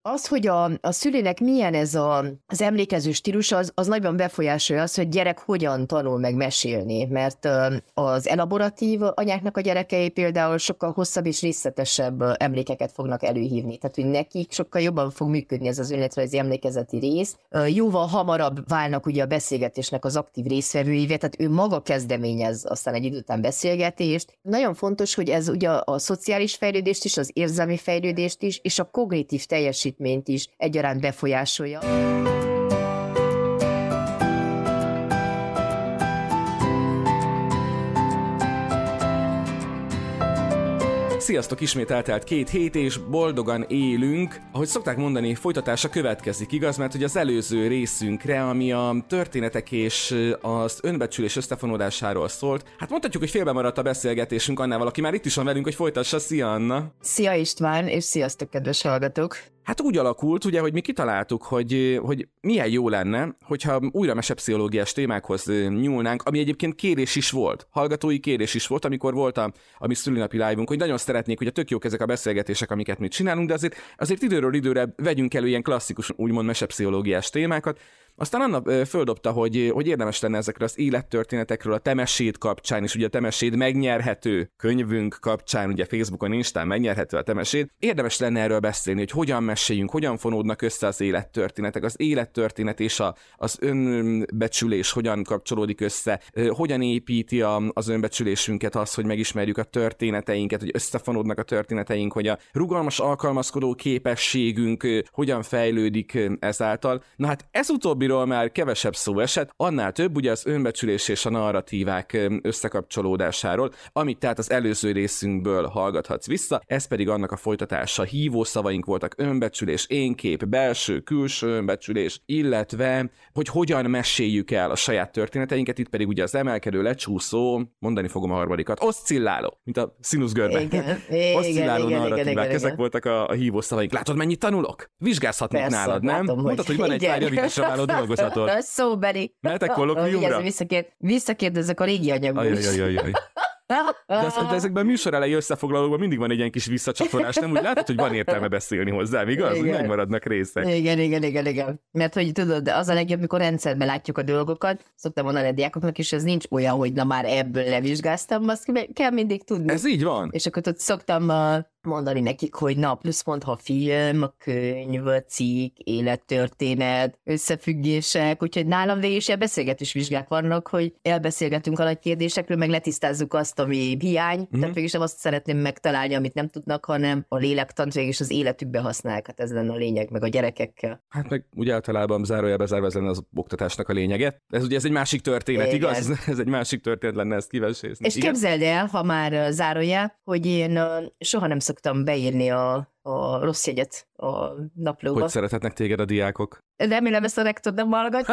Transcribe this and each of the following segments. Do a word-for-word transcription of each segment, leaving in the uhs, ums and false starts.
Az, hogy a, a szülőnek milyen ez a, az emlékező stílus, az, az nagyban befolyásolja azt, hogy gyerek hogyan tanul meg mesélni, mert az elaboratív anyáknak a gyerekei például sokkal hosszabb és részletesebb emlékeket fognak előhívni, tehát hogy nekik sokkal jobban fog működni ez az önéletrajzi emlékezeti rész. Jóval hamarabb válnak ugye a beszélgetésnek az aktív résztvevőivé, tehát ő maga kezdeményez aztán egy idő után beszélgetést. Nagyon fontos, hogy ez ugye a szociális fejlődést is, az érzelmi fejlődést is, és a kognitív teljesítményt is egyaránt befolyásolja. Sziasztok, ismét eltelt két hét, és boldogan élünk. Ahogy szokták mondani, folytatása következik, igaz? Mert hogy az előző részünkre, ami a történetek és az önbecsülés összefonódásáról szólt, hát mondhatjuk, hogy félbe maradt a beszélgetésünk Annával, aki már itt is van velünk, hogy folytassa. Szia, Anna! Szia István, és sziasztok, kedves hallgatók! Hát úgy alakult, ugye, hogy mi kitaláltuk, hogy, hogy milyen jó lenne, hogyha újra mesepszichológiás témákhoz nyúlnánk, ami egyébként kérés is volt, hallgatói kérés is volt, amikor volt a, a mi szülinapi live-unk, hogy nagyon szeretnék, hogy a tök jók ezek a beszélgetések, amiket mi csinálunk, de azért, azért időről időre vegyünk elő ilyen klasszikus, úgymond mesepszichológiás témákat. Aztán Anna földobta, hogy, hogy érdemes lenne ezekről az élettörténetekről, a Te meséd kapcsán, és ugye a Te meséd megnyerhető könyvünk kapcsán, ugye Facebookon, Instán megnyerhető a Te meséd. Érdemes lenne erről beszélni, hogy hogyan meséljünk, hogyan fonódnak össze az élettörténetek, az élettörténet és a, az önbecsülés hogyan kapcsolódik össze, hogyan építi a, az önbecsülésünket az, hogy megismerjük a történeteinket, hogy összefonódnak a történeteink, hogy a rugalmas alkalmazkodó képességünk hogyan fejlődik ezáltal. Na hát ez utóbbi már kevesebb szó esett, annál több ugye az önbecsülés és a narratívák összekapcsolódásáról, amit tehát az előző részünkből hallgathatsz vissza, ez pedig annak a folytatása. Hívó szavaink voltak: önbecsülés, énkép, belső, külső önbecsülés, illetve hogy hogyan meséljük el a saját történeteinket, itt pedig ugye az emelkedő, lecsúszó, mondani fogom a harmadikat, oszcilláló, mint a színuszgörbe. Igen, oszcilláló igen, narratívák, igen, igen, ezek igen. voltak a, a hívó szavaink. Látod, mennyit tanulok? Vizsgázhatnék Persze, nálad, nem? látom, Mondtad, hogy van egy pár javításra váló dolgozatod. Szóbeli. Mehetek kollokviumra? Visszakér, visszakérdezek a régi anyagból is. Ajajajajaj. De, ez, de ezekben a műsor elejé összefoglalókban mindig van egy ilyen kis visszacsatolás, nem úgy látod, hogy van értelme beszélni hozzá, igaz? Igen. Hogy megmaradnak részek. Igen, igen, igen, igen. Mert hogy tudod, de az a legjobb, mikor rendszerben látjuk a dolgokat, szoktam mondani a diákoknak, és ez nincs olyan, hogy na már ebből levizsgáztam, azt kell mindig tudni. Ez így van. És akkor ott szoktam mondani nekik, hogy na, pluszpont, ha film, a könyv, a cikk, élettörténet, összefüggések, úgyhogy nálam végig is ilyen beszélgetős vizsgák vannak, hogy elbeszélgetünk a nagy kérdésekről, meg letisztázzuk azt, ami hiány, mm-hmm. tehát végig sem azt szeretném megtalálni, amit nem tudnak, hanem a lélektant és az életükbe használják, hát ez lenne a lényeg, meg a gyerekekkel. Hát meg ugye általában zárójelbe zárva ez lenne az oktatásnak a lényege. Ez ugye ez egy másik történet, igen. Igaz? Ez egy másik történet lenne, ezt kivesészni. És igen? Képzeld el, ha már zárójel, hogy én soha nem szoktam beírni a, a rossz jegyet a naplóba. Hogy szerethetnek téged a diákok? Remélem, ezt a rektor nem hallgatja.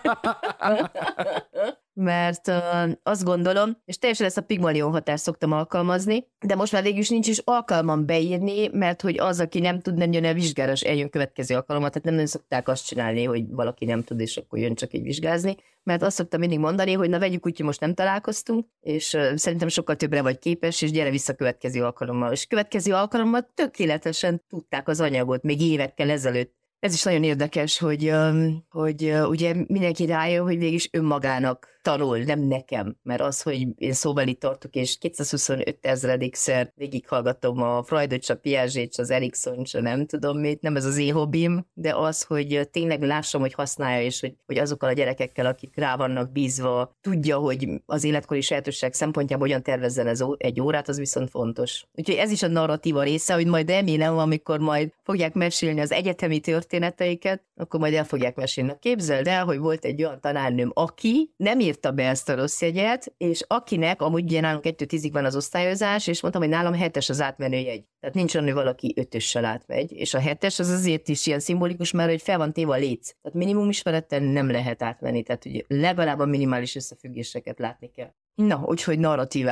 Mert uh, azt gondolom, és teljesen ezt a Pigmalion hatást szoktam alkalmazni, de most már végül is nincs is alkalmam beírni, mert hogy az, aki nem tud, nem jön el vizsgára, és eljön következő alkalommal, tehát nem, nem szokták azt csinálni, hogy valaki nem tud, és akkor jön csak egy vizsgázni, mert azt szoktam mindig mondani, hogy na vegyük úgy, hogy most nem találkoztunk, és uh, szerintem sokkal többre vagy képes, és gyere vissza következő alkalommal. És következő alkalommal tökéletesen tudták az anyagot, még évekkel ezelőtt. Ez is nagyon érdekes, hogy, hogy ugye mindenki rájön, hogy végig is önmagának tanul, nem nekem, mert az, hogy én szóbelit tartok, és kétszázhuszonöt ezredikszer végighallgatom a Freudot, a Piaget, az Erikson, nem tudom mit, nem ez az én hobbim, de az, hogy tényleg lássam, hogy használja, és hogy, hogy azokkal a gyerekekkel, akik rá vannak bízva, tudja, hogy az életkori sajátosság szempontjából hogyan tervezzen ez egy órát, az viszont fontos. Úgyhogy ez is a narratíva része, hogy majd remélem, amikor majd fogják mesélni az egyetemi történeteiket, akkor majd el fogják mesélni. Képzeld el, hogy volt egy olyan tanárnőm, aki nem írta be ezt a rossz jegyet, és akinek amúgy ugye nálunk egytől tízig van az osztályozás, és mondtam, hogy nálam hetes az átmenő jegy. Tehát nincs olyan, hogy valaki ötössel átmegy, és a hetes az azért is ilyen szimbolikus, mert hogy fel van téve a léc. Tehát minimum ismerettel nem lehet átmenni, tehát ugye legalább a minimális összefüggéseket látni kell. Na, úgyhogy narratívák.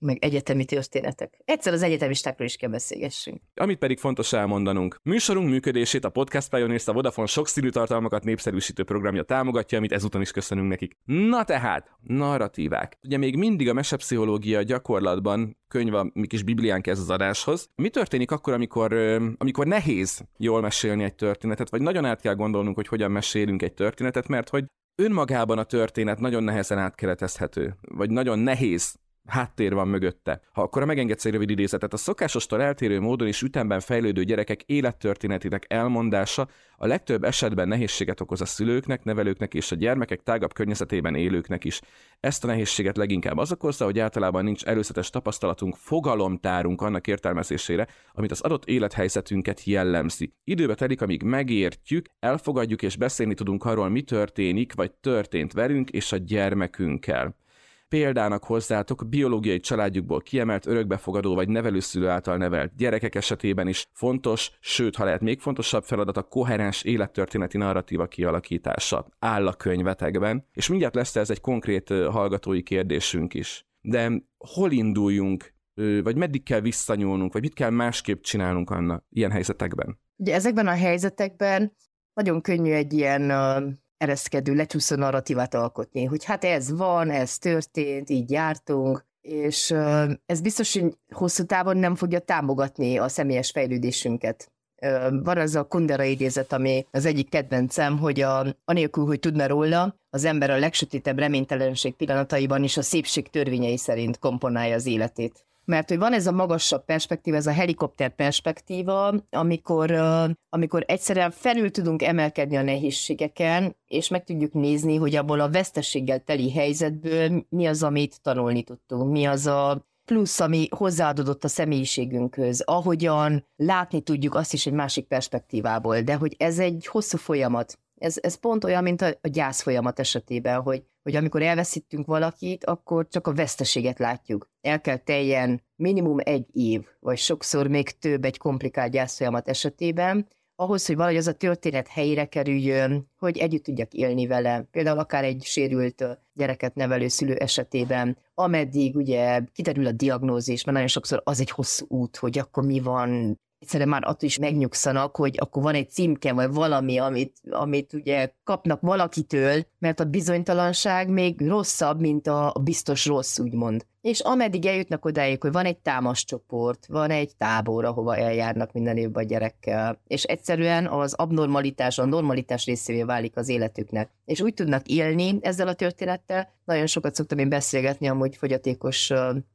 meg egyetemi történetek. Egyszer az egyetemistákról is kell beszélgessünk. Amit pedig fontos elmondanunk. Műsorunk működését a Podcast Pioneers, a Vodafone sokszínű tartalmakat népszerűsítő programja támogatja, amit ezúton is köszönünk nekik. Na tehát, narratívák. Ugye még mindig a mesepszichológia gyakorlatban könyv a mi kis bibliánk ez az adáshoz. Mi történik akkor, amikor, amikor nehéz jól mesélni egy történetet, vagy nagyon át kell gondolnunk, hogy hogyan mesélünk egy történetet, mert hogy önmagában a történet nagyon nehezen átkeretezhető, vagy nagyon nehéz háttér van mögötte. Ha akkor megengedsz egy rövid idézetet, a szokásostól eltérő módon és ütemben fejlődő gyerekek élettörténetének elmondása a legtöbb esetben nehézséget okoz a szülőknek, nevelőknek és a gyermekek tágabb környezetében élőknek is. Ezt a nehézséget leginkább az okozza, hogy általában nincs előzetes tapasztalatunk, fogalomtárunk annak értelmezésére, amit az adott élethelyzetünket jellemzi. Időbe telik, amíg megértjük, elfogadjuk és beszélni tudunk arról, mi történik, vagy történt velünk és a gyermekünkkel. Példának hozzátok biológiai családjukból kiemelt, örökbefogadó vagy nevelőszülő által nevelt gyerekek esetében is fontos, sőt, ha lehet még fontosabb feladat a koherens élettörténeti narratíva kialakítása. Áll a könyvetekben, és mindjárt lesz ez egy konkrét hallgatói kérdésünk is. De hol induljunk, vagy meddig kell visszanyúlnunk, vagy mit kell másképp csinálnunk annak ilyen helyzetekben? Ugye ezekben a helyzetekben nagyon könnyű egy ilyen ereszkedő, lecsúszó narratívát alkotni, hogy hát ez van, ez történt, így jártunk, és ez biztos, hogy hosszú távon nem fogja támogatni a személyes fejlődésünket. Van az a Kundera idézet, ami az egyik kedvencem, hogy a, anélkül, hogy tudna róla, az ember a legsötétebb reménytelenség pillanataiban is a szépség törvényei szerint komponálja az életét. Mert hogy van ez a magasabb perspektíva, ez a helikopter perspektíva, amikor, uh, amikor egyszerűen felül tudunk emelkedni a nehézségeken, és meg tudjuk nézni, hogy abból a veszteséggel teli helyzetből mi az, amit tanulni tudtunk, mi az a plusz, ami hozzáadódott a személyiségünkhöz, ahogyan látni tudjuk azt is egy másik perspektívából, de hogy ez egy hosszú folyamat. Ez, ez pont olyan, mint a, a gyász folyamat esetében, hogy, hogy amikor elveszítünk valakit, akkor csak a veszteséget látjuk. El kell teljen minimum egy év, vagy sokszor még több egy komplikált gyász folyamat esetében, ahhoz, hogy valahogy az a történet helyére kerüljön, hogy együtt tudjak élni vele. Például akár egy sérült gyereket nevelő szülő esetében, ameddig ugye kiderül a diagnózis, mert nagyon sokszor az egy hosszú út, hogy akkor mi van. Egyszerűen már attól is megnyugszanak, hogy akkor van egy címke, vagy valami, amit, amit ugye kapnak valakitől, mert a bizonytalanság még rosszabb, mint a biztos rossz, úgymond. És ameddig eljutnak odáig, hogy van egy támaszcsoport, van egy tábor, ahova eljárnak minden évben a gyerekkel, és egyszerűen az abnormalitás, a normalitás részévé válik az életüknek. És úgy tudnak élni ezzel a történettel. Nagyon sokat szoktam én beszélgetni amúgy fogyatékos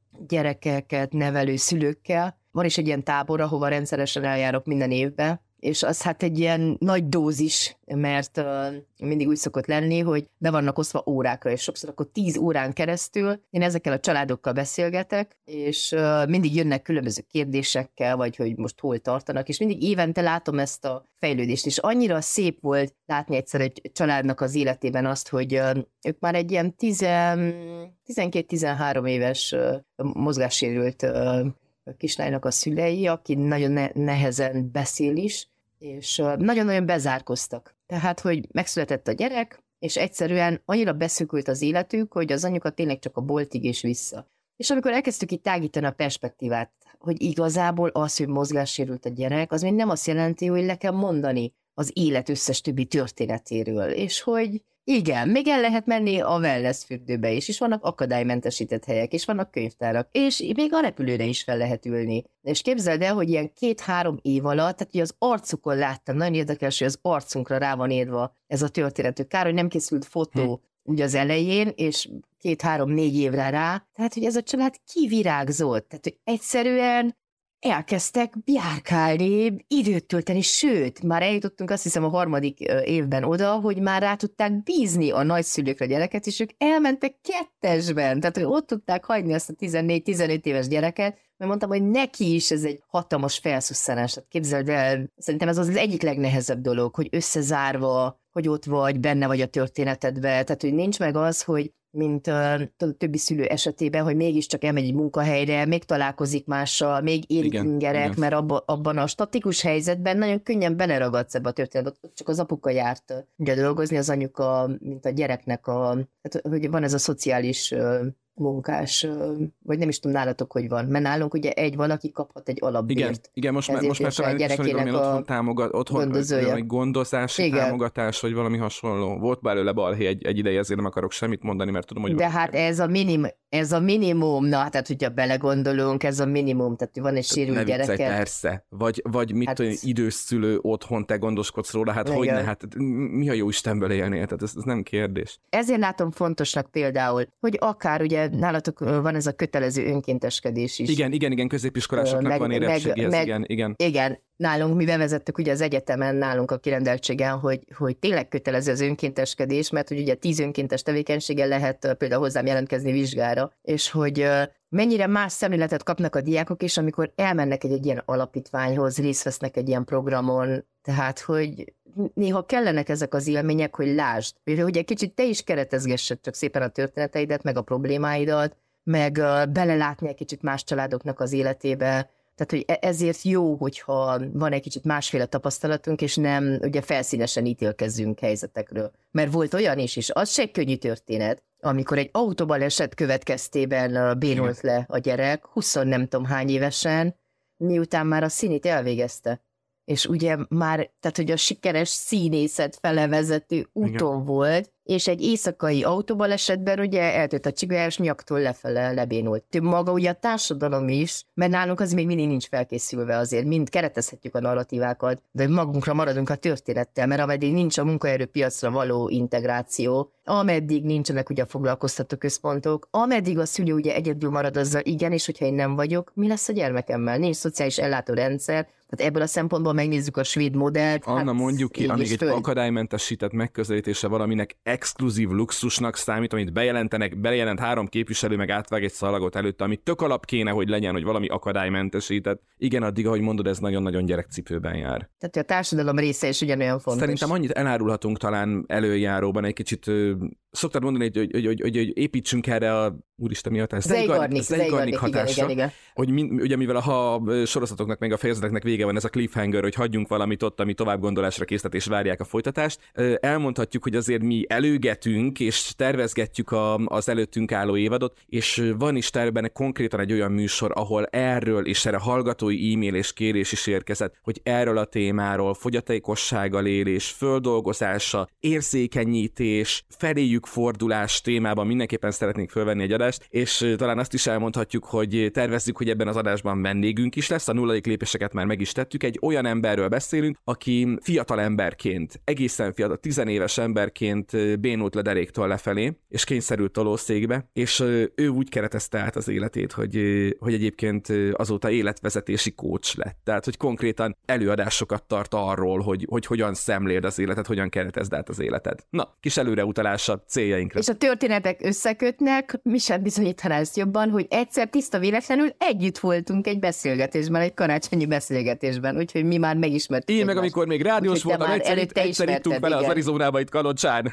gyerekeket nevelő szülőkkel. Van is egy ilyen tábor, ahova rendszeresen eljárok minden évben, és az hát egy ilyen nagy dózis, mert uh, mindig úgy szokott lenni, hogy be vannak osztva órákra, és sokszor akkor tíz órán keresztül én ezekkel a családokkal beszélgetek, és uh, mindig jönnek különböző kérdésekkel, vagy hogy most hol tartanak, és mindig évente látom ezt a fejlődést, és annyira szép volt látni egyszer egy családnak az életében azt, hogy uh, ők már egy ilyen tizenkét-tizenhárom éves uh, mozgássérült uh, a kislánynak a szülei, aki nagyon ne- nehezen beszél is, és nagyon-nagyon bezárkoztak. Tehát, hogy megszületett a gyerek, és egyszerűen annyira beszűkült az életük, hogy az anyuka tényleg csak a boltig és vissza. És amikor elkezdtük itt tágítani a perspektívát, hogy igazából az, hogy mozgássérült a gyerek, az még nem azt jelenti, hogy le kell mondani az élet összes többi történetéről, és hogy igen, még el lehet menni a wellness fürdőbe is, és vannak akadálymentesített helyek, és vannak könyvtárak, és még a repülőre is fel lehet ülni. És képzeld el, hogy ilyen két-három év alatt, tehát ugye az arcukon láttam, nagyon érdekes, hogy az arcunkra rá van írva ez a történetük. Kár, hogy nem készült fotó hm. ugye az elején, és két-három-négy évre rá, tehát hogy ez a család kivirágzott, tehát hogy egyszerűen elkezdtek járkálni, időt tölteni, sőt, már eljutottunk azt hiszem a harmadik évben oda, hogy már rá tudták bízni a nagyszülőkre a gyereket, és ők elmentek kettesben, tehát hogy ott tudták hagyni azt a tizennégy-tizenöt éves gyereket, mert mondtam, hogy neki is ez egy hatalmas felszusszanás. Tehát képzeld el, szerintem ez az, az egyik legnehezebb dolog, hogy összezárva, hogy ott vagy, benne vagy a történetedbe, tehát hogy nincs meg az, hogy mint a többi szülő esetében, hogy mégiscsak elmegy egy munkahelyre, még találkozik mással, még érik ingerek, mert abba, abban a statikus helyzetben nagyon könnyen beleragadsz ebbe a történetbe. Ott csak az apuka járt ugye dolgozni, az anyuka, mint a gyereknek, a, tehát, hogy van ez a szociális munkás, vagy nem is tudom nálatok, hogy van, mert nálunk ugye egy van, aki kaphat egy alapbért. Igen, igen most, már, most már talán is valami otthon támogat, otthon, vagy gondozási igen. támogatás, vagy valami hasonló. Volt belőle balhé egy, egy ideje, ezért nem akarok semmit mondani, mert tudom, hogy... De hát ez a, minim, ez a minimum, na, tehát hogyha belegondolunk, ez a minimum, tehát van egy sérült gyereke. Persze, vagy, vagy mit hát... tudom, idős szülő otthon, te gondoskodsz róla, hát hogy ne, hát mi a jó Istenből élnél, tehát ez, ez nem kérdés. Ezért látom fontosnak például, hogy akár ugye nálatok van ez a kötelező önkénteskedés is. Igen, igen, igen, középiskolásoknak meg, van érettségi, ez, meg, igen, igen. Igen, nálunk mi bevezettük ugye az egyetemen, nálunk a kirendeltségen, hogy, hogy tényleg kötelező az önkénteskedés, mert hogy ugye tíz önkéntes tevékenységgel lehet például hozzám jelentkezni vizsgára, és hogy mennyire más szemléletet kapnak a diákok is, amikor elmennek egy, egy ilyen alapítványhoz, részt vesznek egy ilyen programon, tehát, hogy néha kellenek ezek az élmények, hogy lásd, hogy egy kicsit te is keretezgessed csak szépen a történeteidet, meg a problémáidat, meg belelátni egy kicsit más családoknak az életébe. Tehát, hogy ezért jó, hogyha van egy kicsit másféle tapasztalatunk, és nem ugye felszínesen ítélkezzünk helyzetekről. Mert volt olyan is, és az se egy könnyű történet, amikor egy autóbaleset következtében bénult le a gyerek, húsz nem tudom hány évesen, miután már a színit elvégezte. És ugye már, tehát hogy a sikeres színészet fele vezető úton igen. volt, és egy éjszakai autóbalesetben ugye eltört a csigolyás, nyaktól lefele lebénult. Maga ugye a társadalom is, mert nálunk az még mindig nincs felkészülve azért, mind keretezhetjük a narratívákat, de magunkra maradunk a történettel, mert ameddig nincs a munkaerőpiacra való integráció, ameddig nincsenek ugye a foglalkoztató központok, ameddig a szülő ugye egyedül marad azzal, igen, és hogyha én nem vagyok, mi lesz a gyermekemmel? Nincs szociális ellátórendszer. Tehát ebből a szempontból megnézzük a svéd modellt. Anna, hát mondjuk ki, amíg egy akadálymentesített megközelítése valaminek exkluzív luxusnak számít, amit bejelentenek, bejelent három képviselő, meg átvág egy szalagot előtte, ami tök alap kéne, hogy legyen, hogy valami akadálymentesített. Igen, addig, ahogy mondod, ez nagyon-nagyon gyerekcipőben jár. Tehát a társadalom része is ugyanolyan fontos. Szerintem annyit elárulhatunk talán előjáróban egy kicsit, szoktad mondani, hogy, hogy, hogy, hogy, hogy építsünk erre a úristen mi hatás? Zeigarnik, Zeigarnik hatásra. Igen, igen, igen. Hogy mind, ugye mivel a ha sorozatoknak meg a fejezeteknek vége van ez a cliffhanger, hogy hagyjunk valamit ott, ami tovább gondolásra késztet és várják a folytatást, elmondhatjuk, hogy azért mi előgetünk és tervezgetjük a, az előttünk álló évadot, és van is terben konkrétan egy olyan műsor, ahol erről és erre hallgatói e-mail és kérés is érkezett, hogy erről a témáról, fogyatékossággal élés, földolgozása, érzékenyítés, feléjük fordulás témában mindenképpen szeretnénk fölvenni egy adást, és talán azt is elmondhatjuk, hogy tervezzük, hogy ebben az adásban vendégünk is lesz, a nulladik lépéseket már meg is tettük, egy olyan emberről beszélünk, aki fiatal emberként, egészen fiatal, tizenéves emberként bénult le deréktől lefelé, és kényszerült tolószékbe, és ő úgy keretezte át az életét, hogy, hogy egyébként azóta életvezetési coach lett. Tehát, hogy konkrétan előadásokat tart arról, hogy, hogy hogyan szemléld az életet, hogyan keretezd át az életed. Na, kis előreutalás a céljainkra. És a történetek összekötnek, mi sem bizonyítaná ezt jobban, hogy egyszer tiszta véletlenül együtt voltunk egy beszélgetésben, egy karácsonyi beszélgetésben, úgyhogy mi már megismertük. Én meg amikor még rádiós voltam, egyszer, itt, egyszer ittunk vele az Arizonába itt Kalocsán.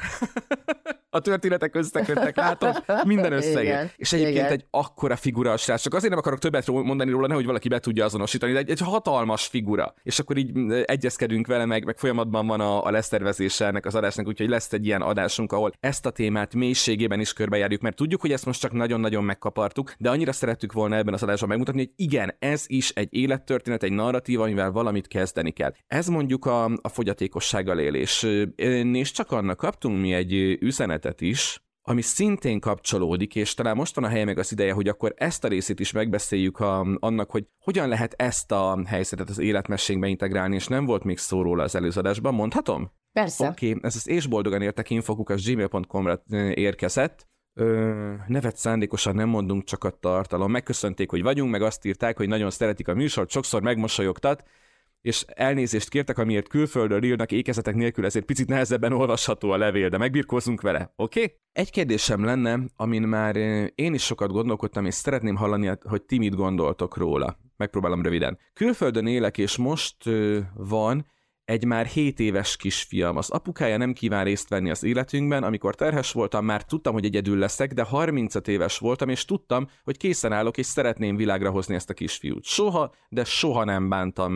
A történetek összeköttek, látod? Minden összeér. És egyébként igen. egy akkora figura a srác, csak azért nem akarok többet mondani róla, nehogy valaki be tudja azonosítani, de egy, egy hatalmas figura. És akkor így egyezkedünk vele, meg, meg folyamatban van a, a leszervezése ennek az adásnak, úgyhogy lesz egy ilyen adásunk, ahol ezt a témát mélységében is körbejárjuk, mert tudjuk, hogy ezt most csak nagyon-nagyon megkapartuk, de annyira szerettük volna ebben az adásban megmutatni, hogy igen, ez is egy élettörténet, egy narratíva, amivel valamit kezdeni kell. Ez mondjuk a, a fogyatékossággal élés. És csak annak kaptunk mi egy üzenet is, ami szintén kapcsolódik, és talán most van a helye meg az ideje, hogy akkor ezt a részét is megbeszéljük a, annak, hogy hogyan lehet ezt a helyzetet az életmesénkbe integrálni, és nem volt még szó róla az előző adásban, mondhatom? Persze. Oké, okay. Ez az és boldogan értek infokuk, az gmail pont com-ra érkezett. Ö, nevet szándékosan nem mondunk, csak a tartalom. Megköszönték, hogy vagyunk, meg azt írták, hogy nagyon szeretik a műsort, sokszor megmosolyogtat, és elnézést kértek, amiért külföldről írnak ékezetek nélkül, ezért picit nehezebben olvasható a levél, de megbirkózunk vele, oké? Okay? Egy kérdésem lenne, amin már én is sokat gondolkodtam, és szeretném hallani, hogy ti mit gondoltok róla. Megpróbálom röviden. Külföldön élek, és most van egy már hét éves kisfiam. Az apukája nem kíván részt venni az életünkben, amikor terhes voltam, már tudtam, hogy egyedül leszek, de harmincöt éves voltam, és tudtam, hogy készen állok, és szeretném világra hozni ezt a kisfiút. Soha, de soha nem bántam meg.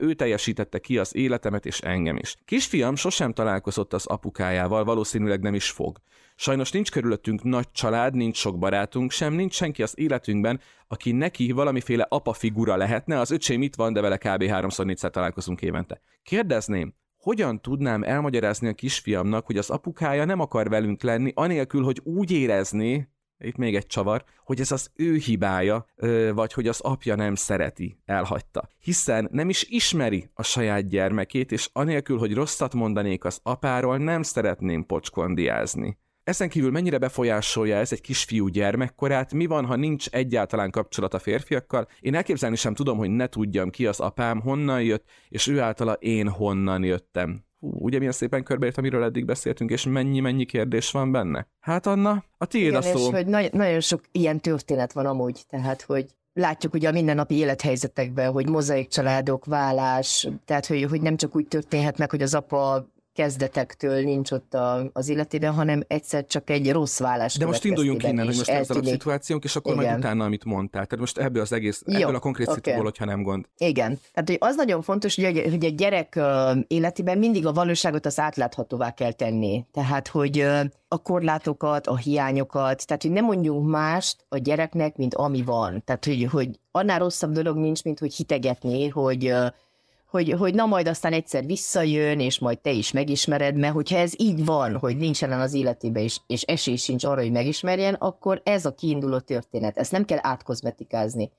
Ő teljesítette ki az életemet és engem is. Kisfiam sosem találkozott az apukájával, valószínűleg nem is fog. Sajnos nincs körülöttünk nagy család, nincs sok barátunk sem, nincs senki az életünkben, aki neki valamiféle apa figura lehetne. Az öcsém itt van, de vele kb. háromszor-négyszer találkozunk évente. Kérdezném, hogyan tudnám elmagyarázni a kisfiamnak, hogy az apukája nem akar velünk lenni, anélkül, hogy úgy érezné, itt még egy csavar, hogy ez az ő hibája, vagy hogy az apja nem szereti, elhagyta. Hiszen nem is ismeri a saját gyermekét, és anélkül, hogy rosszat mondanék az apáról, nem szeretném pocskondiázni. Ezen kívül mennyire befolyásolja ez egy kisfiú gyermekkorát, mi van, ha nincs egyáltalán kapcsolat a férfiakkal? Én elképzelni sem tudom, hogy ne tudjam ki az apám, honnan jött, és ő általa én honnan jöttem. Hú, ugye milyen szépen körbeért, amiről eddig beszéltünk, és mennyi-mennyi kérdés van benne? Hát Anna, a tiéd a szó. És hogy nagy, nagyon sok ilyen történet van amúgy, tehát hogy látjuk ugye a mindennapi élethelyzetekben, hogy mozaik családok, vállás, tehát hogy, hogy nem csak úgy történhet meg, hogy az apa kezdetektől nincs ott a, az életében, hanem egyszer csak egy rossz vállás. De most induljunk innen, hogy most ez a szituációnk, és akkor igen. majd utána, amit mondtál. Tehát most ebből az egész, Jó, ebből a konkrét okay. szituból, hogyha nem gond. Igen. Tehát hogy az nagyon fontos, hogy, hogy egy gyerek életében mindig a valóságot az átláthatóvá kell tenni. Tehát, hogy a korlátokat, a hiányokat, tehát, hogy nem mondjunk mást a gyereknek, mint ami van. Tehát, hogy, hogy annál rosszabb dolog nincs, mint hogy hitegetni, hogy Hogy, hogy na majd aztán egyszer visszajön, és majd te is megismered, mert hogyha ez így van, hogy nincsen az életében, és, és esély sincs arra, hogy megismerjen, akkor ez a kiinduló történet. Ezt nem kell átkozmetikázni.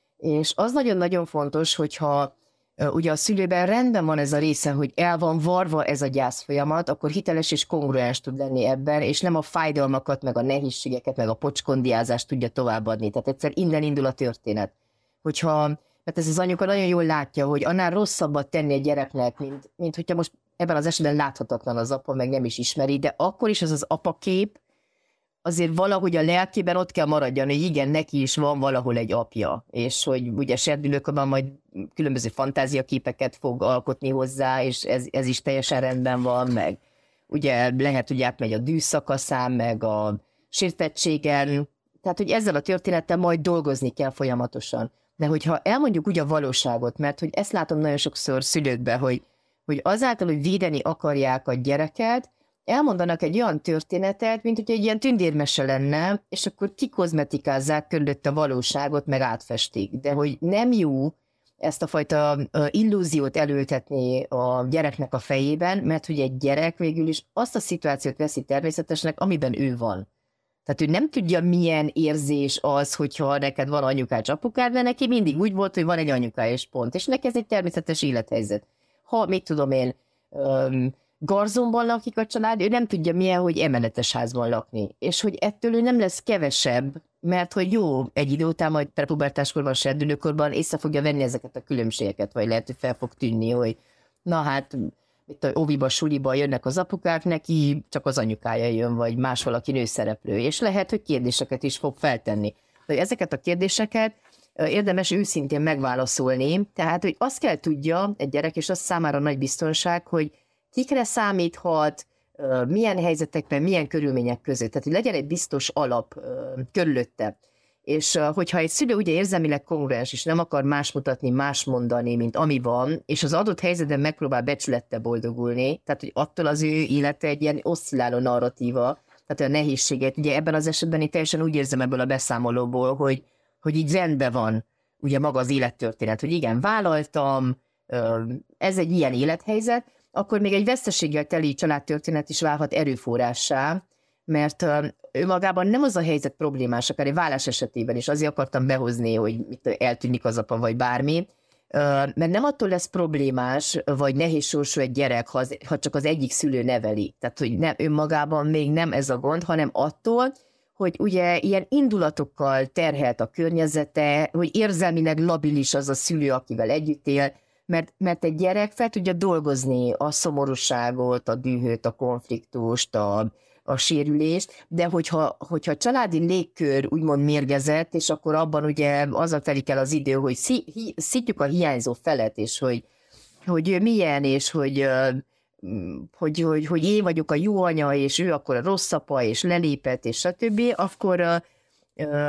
És az nagyon-nagyon fontos, hogyha ugye a szülőben rendben van ez a része, hogy el van varva ez a gyász folyamat, akkor hiteles és kongruens tud lenni ebben, és nem a fájdalmakat, meg a nehézségeket, meg a pocskondiázást tudja továbbadni. Tehát egyszer innen indul a történet. Hogyha mert ez az anyuka nagyon jól látja, hogy annál rosszabbat tenni egy gyereknek, mint, mint hogyha most ebben az esetben láthatatlan az apa, meg nem is ismeri, de akkor is az az apakép azért valahogy a lelkében ott kell maradjon, hogy igen, neki is van valahol egy apja, és hogy ugye serdülőkorban majd különböző fantáziaképeket fog alkotni hozzá, és ez, ez is teljesen rendben van, meg ugye lehet, hogy átmegy a dűsz szakaszán, meg a sértettségen, tehát hogy ezzel a történettel majd dolgozni kell folyamatosan. De hogyha elmondjuk úgy a valóságot, mert hogy ezt látom nagyon sokszor szülőkben, hogy, hogy azáltal, hogy védeni akarják a gyereket, elmondanak egy olyan történetet, mint hogy egy ilyen tündérmese lenne, és akkor kikozmetikázzák körülött a valóságot, meg átfestik. De hogy nem jó ezt a fajta illúziót elültetni a gyereknek a fejében, mert hogy egy gyerek végül is azt a szituációt veszi természetesnek, amiben ő van. Tehát ő nem tudja, milyen érzés az, hogyha neked van anyukád, apukád, mert neki mindig úgy volt, hogy van egy anyukája, és pont. És neki ez egy természetes élethelyzet. Ha, mit tudom én, um, garzonban lakik a család, ő nem tudja milyen, hogy emeletes házban lakni. És hogy ettől ő nem lesz kevesebb, mert hogy jó, egy idő után majd prepubertáskorban, serdülőkorban észre fogja venni ezeket a különbségeket, vagy lehet, hogy fel fog tűnni, hogy na hát, itt a óviba, suliba jönnek az apukák, neki csak az anyukája jön, vagy más valaki nőszereplő, és lehet, hogy kérdéseket is fog feltenni. De ezeket a kérdéseket érdemes őszintén megválaszolni, tehát, hogy azt kell tudja egy gyerek, és az számára nagy biztonság, hogy kikre számíthat, milyen helyzetekben, milyen körülmények között, tehát, hogy legyen egy biztos alap körülötte. És hogyha egy szülő ugye érzelmileg kongruens, és nem akar más mutatni, más mondani, mint ami van, és az adott helyzetben megpróbál becsülettel boldogulni, tehát hogy attól az ő élete egy ilyen oszcilláló narratíva, tehát a nehézséget, ugye ebben az esetben én teljesen úgy érzem ebből a beszámolóból, hogy, hogy így rendben van ugye maga az élettörténet, hogy igen, vállaltam, ez egy ilyen élethelyzet, akkor még egy veszteséggel teli családtörténet is válhat erőforrássá, mert ő magában nem az a helyzet problémás, akár egy vállás esetében is, azért akartam behozni, hogy eltűnik az apa, vagy bármi, mert nem attól lesz problémás, vagy nehéz sorsú egy gyerek, ha, az, ha csak az egyik szülő neveli. Tehát, hogy nem, önmagában még nem ez a gond, hanem attól, hogy ugye ilyen indulatokkal terhelt a környezete, hogy érzelmileg labilis az a szülő, akivel együtt él, mert, mert egy gyerek fel tudja dolgozni a szomorúságot, a dühöt, a konfliktust, a a sérülést, de hogyha, hogyha a családi légkör úgymond mérgezett, és akkor abban ugye azzal telik el az idő, hogy szítjuk a hiányzó felet, és hogy, hogy milyen, és hogy, hogy, hogy, hogy én vagyok a jó anya, és ő akkor a rossz apa, és lelépett, és stb., akkor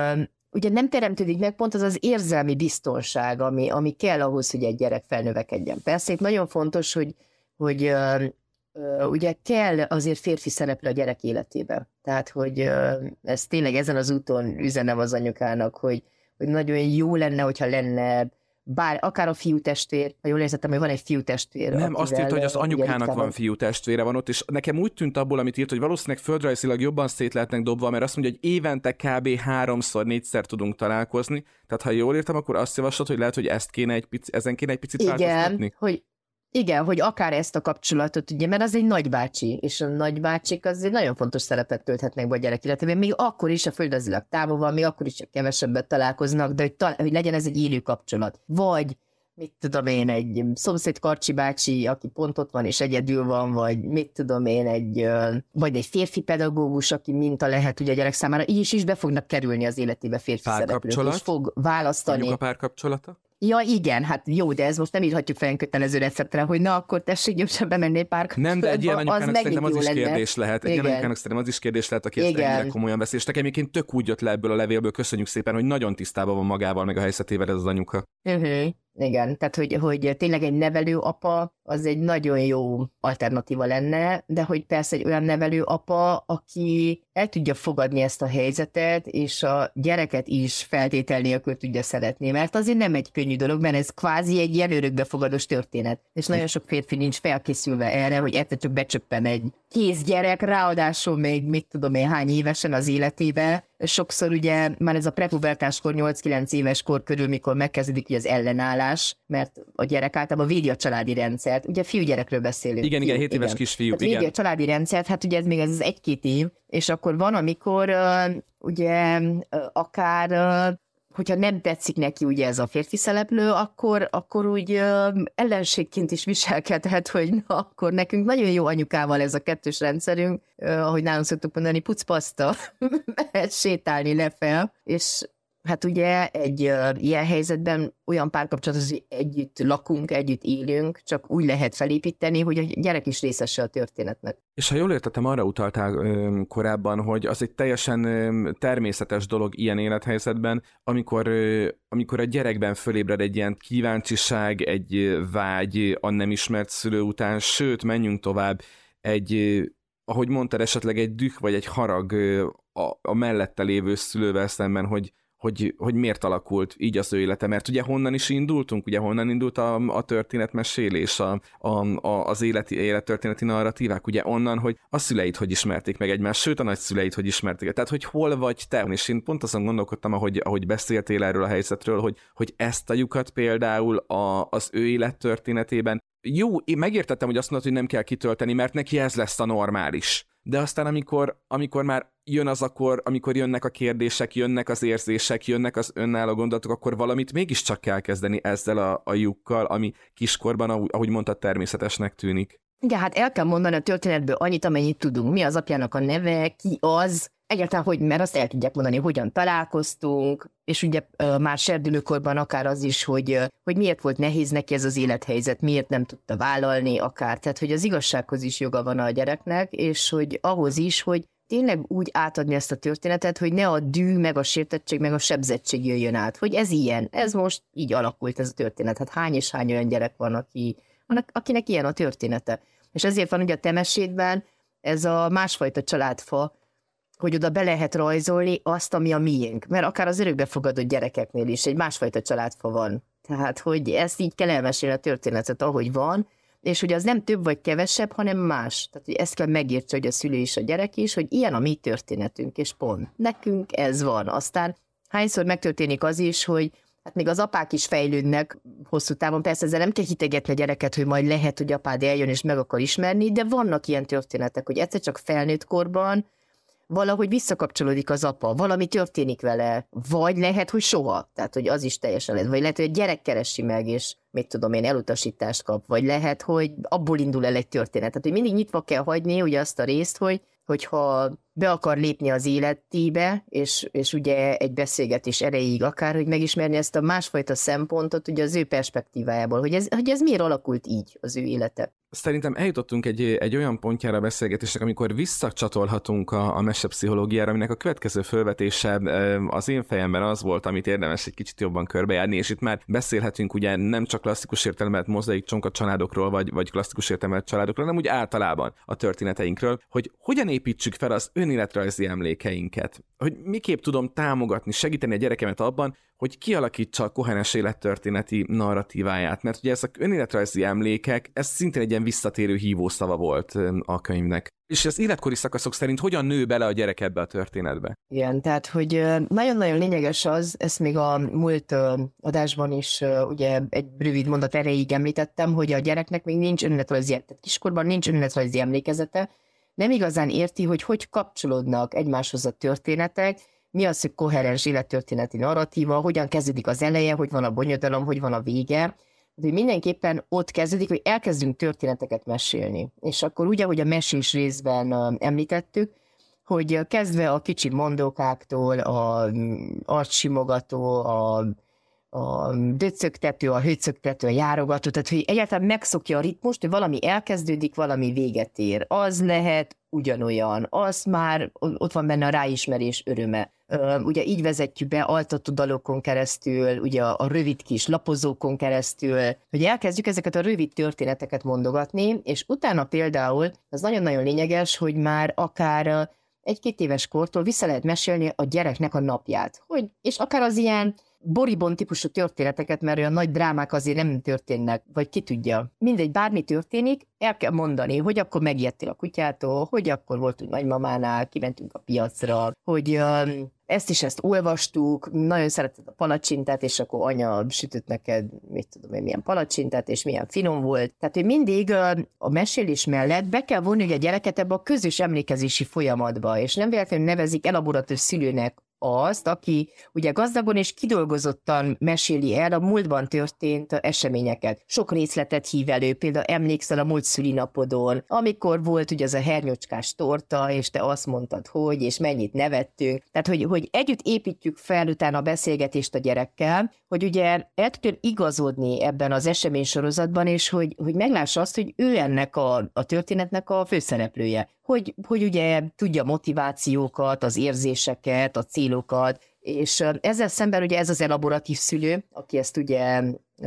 ugye nem teremtődik meg pont az az érzelmi biztonság, ami, ami kell ahhoz, hogy egy gyerek felnövekedjen. Persze itt nagyon fontos, hogy, hogy uh, uh, ugye kell azért férfi szereplő a gyerek életében. Tehát, hogy uh, ez tényleg ezen az úton üzenem az anyukának, hogy, hogy nagyon jó lenne, hogyha lenne bár akár a fiútestvér, ha jól érzettem, hogy van egy fiútestvér. Nem, azt írta, hogy az anyukának van fiútestvére van ott, és nekem úgy tűnt abból, amit írt, hogy valószínűleg földrajzilag jobban szét lehetnek dobva, mert azt mondja, hogy évente kb. háromszor, négyszer tudunk találkozni. Tehát ha jól értem, akkor azt javaslod, hogy lehet, hogy ezt kéne egy pici, ezen kéne egy picit változtatni? Igen, hogy Igen, hogy akár ezt a kapcsolatot, ugye, mert az egy nagybácsi, és a nagybácsik az egy nagyon fontos szerepet tölthetnek be a gyerek életében, még akkor is a földrajzilag távol van, még akkor is csak kevesebbet találkoznak, de hogy, talál, hogy legyen ez egy élő kapcsolat. Vagy, mit tudom én, egy szomszéd Karcsi bácsi, aki pont ott van és egyedül van, vagy mit tudom én, egy, vagy egy férfi pedagógus, aki minta lehet ugye a gyerek számára, így is, is be fognak kerülni az életébe férfi szereplők, és fog választani. Anyuka párkapcsolata? Ja, igen, hát jó, de ez most nem írhatjuk fel kötelező receptre, hogy na, akkor tessék gyorsan bemenni pár. Nem, de egy ilyen anyukának szerintem az is lenne. kérdés lehet. Egy igen. ilyen anyukának szerintem az is kérdés lehet, aki ezt ennyire komolyan veszi. És nekem egyébként tök úgy jött le ebből a levélből, köszönjük szépen, hogy nagyon tisztában van magával, meg a helyzetével ez az anyuka. Uh-huh. Igen, tehát hogy, hogy tényleg egy nevelő apa az egy nagyon jó alternatíva lenne, de hogy persze egy olyan nevelő apa, aki el tudja fogadni ezt a helyzetet, és a gyereket is feltétel nélkül tudja szeretni, mert azért nem egy könnyű dolog, mert ez kvázi egy ilyen örökbefogadós történet. És nagyon sok férfi nincs felkészülve erre, hogy egyszer csak becsöppen egy kész gyerek, ráadásul még mit tudom én hány évesen az életébe. Sokszor ugye már ez a prepubertáskor, nyolc-kilenc éves kor körül, mikor megkezdődik ugye az ellenállás, mert a gyerek általában védi a családi rendszert. Ugye fiúgyerekről beszélünk. Igen, igen, hét éves kisfiú. Hát védi a családi rendszert, hát ugye ez még ez az egy-két év, és akkor van, amikor uh, ugye uh, akár uh, hogyha nem tetszik neki ugye ez a férfi szereplő, akkor, akkor úgy uh, ellenségként is viselkedhet, hogy na, akkor nekünk nagyon jó anyukával ez a kettős rendszerünk, uh, ahogy nálunk szoktuk mondani, pucpaszta, mehet sétálni lefel, és hát ugye egy uh, ilyen helyzetben olyan párkapcsolat, hogy együtt lakunk, együtt élünk, csak úgy lehet felépíteni, hogy a gyerek is részese a történetnek. És ha jól értettem, arra utaltál ö, korábban, hogy az egy teljesen ö, természetes dolog ilyen élethelyzetben, amikor, ö, amikor a gyerekben fölébred egy ilyen kíváncsiság, egy ö, vágy a nem ismert szülő után, sőt, menjünk tovább, egy, ö, ahogy mondtad, esetleg egy düh vagy egy harag ö, a, a mellette lévő szülővel szemben, hogy Hogy, hogy miért alakult így az ő élete, mert ugye honnan is indultunk, ugye honnan indult a, a történetmesélés, a, a, a, az életi, élettörténeti narratívák, ugye onnan, hogy a szüleid hogy ismerték meg egymást, sőt a nagyszüleid hogy ismerték, tehát hogy hol vagy te, és én pont azon gondolkodtam, ahogy, ahogy beszéltél erről a helyzetről, hogy, hogy ezt a lyukat például a, az ő élettörténetében, jó, én megértettem, hogy azt mondod, hogy nem kell kitölteni, mert neki ez lesz a normális. De aztán amikor, amikor már jön az akkor, amikor jönnek a kérdések, jönnek az érzések, jönnek az önálló gondolatok, akkor valamit mégiscsak kell kezdeni ezzel a, a lyukkal, ami kiskorban, ahogy mondtad, természetesnek tűnik. Igen, hát el kell mondani a történetből annyit, amennyit tudunk. Mi az apjának a neve, ki az, egyáltalán hogy, mert azt el tudják mondani, hogyan találkoztunk, és ugye már serdülőkorban akár az is, hogy, hogy miért volt nehéz neki ez az élethelyzet, miért nem tudta vállalni akár. Tehát, hogy az igazsághoz is joga van a gyereknek, és hogy ahhoz is, hogy tényleg úgy átadni ezt a történetet, hogy ne a dű, meg a sértettség, meg a sebzettség jöjjön át, hogy ez ilyen, ez most így alakult ez a történet. Hát hány és hány olyan gyerek van, aki, akinek ilyen a története. És ezért van ugye a te mesédben ez a másfajta családfa, hogy oda be lehet rajzolni azt, ami a miénk. Mert akár az örökbefogadott gyerekeknél is egy másfajta családfa van. Tehát, hogy ezt így kell elmesélni a történetet, ahogy van, és hogy az nem több vagy kevesebb, hanem más. Tehát, hogy ezt kell megértse, hogy a szülő is, a gyerek is, hogy ilyen a mi történetünk, és pont. Nekünk ez van. Aztán hányszor megtörténik az is, hogy hát még az apák is fejlődnek hosszú távon. Persze ezzel nem kell hitegetni a gyereket, hogy majd lehet, hogy apád eljön és meg akar ismerni, de vannak ilyen történetek, hogy egyszer csak felnőtt korban valahogy visszakapcsolódik az apa, valami történik vele, vagy lehet, hogy soha, tehát hogy az is teljesen lehet, vagy lehet, hogy a gyerek keresi meg, és mit tudom én, elutasítást kap, vagy lehet, hogy abból indul el egy történet. Tehát, hogy mindig nyitva kell hagyni ugye azt a részt, hogy hogyha be akar lépni az életébe, és, és ugye egy beszélgetés erejéig akár, hogy megismerni ezt a másfajta szempontot ugye az ő perspektívájából, hogy ez, hogy ez miért alakult így az ő élete. Szerintem eljutottunk egy, egy olyan pontjára a beszélgetésnek, amikor visszacsatolhatunk a, a mesepszichológiára, aminek a következő felvetése az én fejemben az volt, amit érdemes egy kicsit jobban körbejárni, és itt már beszélhetünk ugye nem csak klasszikus értelmet mozaik csonka családokról, vagy, vagy klasszikus értelmet családokról, hanem úgy általában a történeteinkről, hogy hogyan építsük fel az önéletrajzi emlékeinket. Hogy miképp tudom támogatni, segíteni a gyerekemet abban, hogy kialakítsa a koherens élettörténeti narratíváját. Mert ugye ezek önéletrajzi emlékek, ez szintén egy ilyen visszatérő hívószava volt a könyvnek. És az életkori szakaszok szerint hogyan nő bele a gyerek ebbe a történetbe? Igen, tehát, hogy nagyon-nagyon lényeges az, ezt még a múlt adásban is ugye egy rövid mondat erejéig említettem, hogy a gyereknek még nincs önéletrajzi, tehát kiskorban nincs önéletrajzi emlékezete, nem igazán érti, hogy hogy kapcsolódnak egymáshoz a történetek, mi az, hogy koherens élettörténeti narratíva, hogyan kezdődik az eleje, hogy van a bonyodalom, hogy van a vége. De mindenképpen ott kezdődik, hogy elkezdünk történeteket mesélni. És akkor ugye, hogy a mesés részben említettük, hogy kezdve a kicsi mondókáktól, a arcsimogató, a, a döcögtető, a höcögtető, a járogató, tehát hogy egyáltalán megszokja a ritmust, hogy valami elkezdődik, valami véget ér. Az lehet ugyanolyan, az már ott van benne a ráismerés öröme. Ugye így vezetjük be altató dalokon keresztül, ugye a rövid kis lapozókon keresztül, hogy elkezdjük ezeket a rövid történeteket mondogatni, és utána például, az nagyon-nagyon lényeges, hogy már akár egy-két éves kortól vissza lehet mesélni a gyereknek a napját. Hogy, és akár az ilyen boribon típusú történeteket, mert olyan nagy drámák azért nem történnek, vagy ki tudja. Mindegy, bármi történik, el kell mondani, hogy akkor megijedtél a kutyától, hogy akkor voltunk nagymamánál, kimentünk a piacra, hogy um, ezt is ezt olvastuk, nagyon szereted a palacsintát, és akkor anya sütött neked, mit tudom én, milyen palacsintát, és milyen finom volt. Tehát, hogy mindig uh, a mesélés mellett be kell vonni a gyereket ebbe a közös emlékezési folyamatba, és nem véletlenül nevezik elaboratív szülőnek azt, aki ugye gazdagon és kidolgozottan meséli el a múltban történt eseményeket. Sok részletet hív elő, például emlékszel a múlt szülinapodon, amikor volt ugye az a hernyocskás torta, és te azt mondtad, hogy, és mennyit nevettünk. Tehát, hogy, hogy együtt építjük fel utána a beszélgetést a gyerekkel, hogy ugye el tudjon igazodni ebben az eseménysorozatban, és hogy, hogy meglássa azt, hogy ő ennek a, a történetnek a főszereplője. Hogy, hogy ugye tudja motivációkat, az érzéseket, a célokat, és ezzel szemben ugye ez az elaboratív szülő, aki ezt ugye